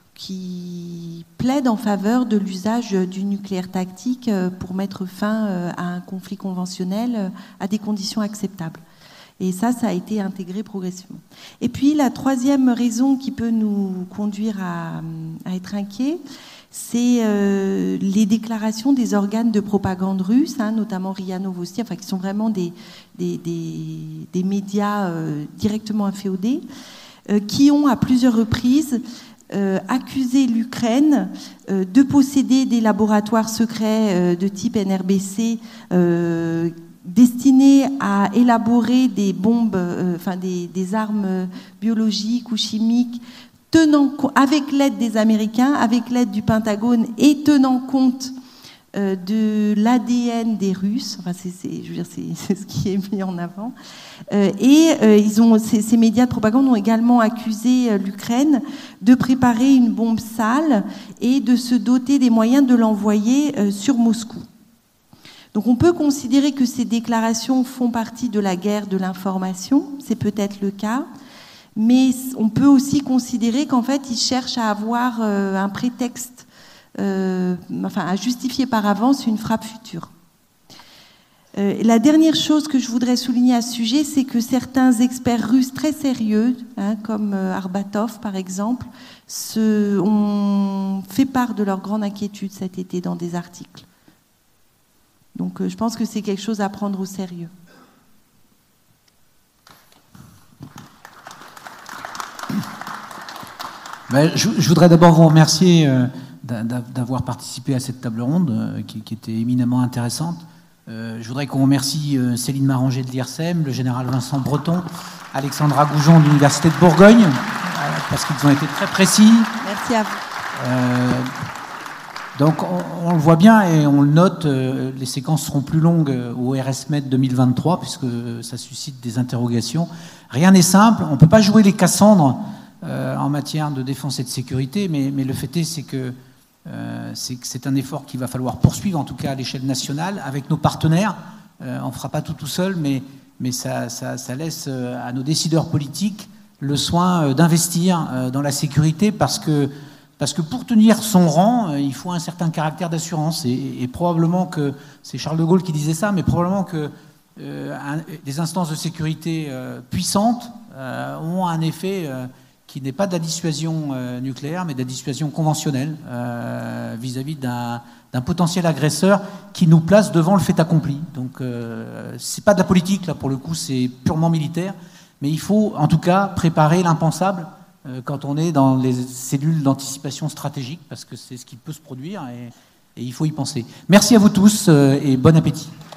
qui plaide en faveur de l'usage du nucléaire tactique pour mettre fin à un conflit conventionnel à des conditions acceptables. Et ça, ça a été intégré progressivement. Et puis, la troisième raison qui peut nous conduire à, à être inquiets, c'est euh, les déclarations des organes de propagande russes, hein, notamment R I A Novosti, enfin, qui sont vraiment des, des, des, des médias euh, directement inféodés, euh, qui ont à plusieurs reprises Euh, accuser l'Ukraine euh, de posséder des laboratoires secrets euh, de type N R B C euh, destinés à élaborer des bombes, euh, enfin des, des armes biologiques ou chimiques, tenant avec l'aide des Américains, avec l'aide du Pentagone et tenant compte euh, de l'A D N des Russes. Enfin, c'est, c'est, je veux dire, c'est, c'est ce qui est mis en avant. Euh, et euh, ils ont, ces, ces médias de propagande ont également accusé euh, l'Ukraine de préparer une bombe sale et de se doter des moyens de l'envoyer euh, sur Moscou. Donc on peut considérer que ces déclarations font partie de la guerre de l'information, c'est peut-être le cas, mais on peut aussi considérer qu'en fait ils cherchent à avoir euh, un prétexte, euh, enfin à justifier par avance une frappe future. Euh, la dernière chose que je voudrais souligner à ce sujet, c'est que certains experts russes très sérieux, hein, comme euh, Arbatov par exemple, se, ont fait part de leur grande inquiétude cet été dans des articles. Donc euh, je pense que c'est quelque chose à prendre au sérieux. Ben, je, je voudrais d'abord vous remercier euh, d'avoir participé à cette table ronde euh, qui, qui était éminemment intéressante. Euh, je voudrais qu'on remercie euh, Céline Maranger de l'I R S E M, le général Vincent Breton, Alexandra Goujon de l'Université de Bourgogne, euh, parce qu'ils ont été très précis. Merci à vous. Euh, donc on, on le voit bien et on le note, euh, les séquences seront plus longues au R S M E D deux mille vingt-trois, puisque ça suscite des interrogations. Rien n'est simple, on ne peut pas jouer les Cassandres euh, en matière de défense et de sécurité, mais, mais le fait est, c'est que Euh, c'est, c'est un effort qu'il va falloir poursuivre, en tout cas à l'échelle nationale, avec nos partenaires. Euh, on ne fera pas tout tout seul, mais, mais ça, ça, ça laisse à nos décideurs politiques le soin d'investir dans la sécurité, parce que, parce que pour tenir son rang, il faut un certain caractère d'assurance. Et, et probablement que, c'est Charles de Gaulle qui disait ça, mais probablement que euh, un, des instances de sécurité euh, puissantes euh, ont un effet... Euh, qui n'est pas de la dissuasion euh, nucléaire, mais de la dissuasion conventionnelle euh, vis-à-vis d'un, d'un potentiel agresseur qui nous place devant le fait accompli. Donc, euh, c'est pas de la politique, là, pour le coup, c'est purement militaire. Mais il faut, en tout cas, préparer l'impensable euh, quand on est dans les cellules d'anticipation stratégique, parce que c'est ce qui peut se produire et, et il faut y penser. Merci à vous tous euh, et bon appétit.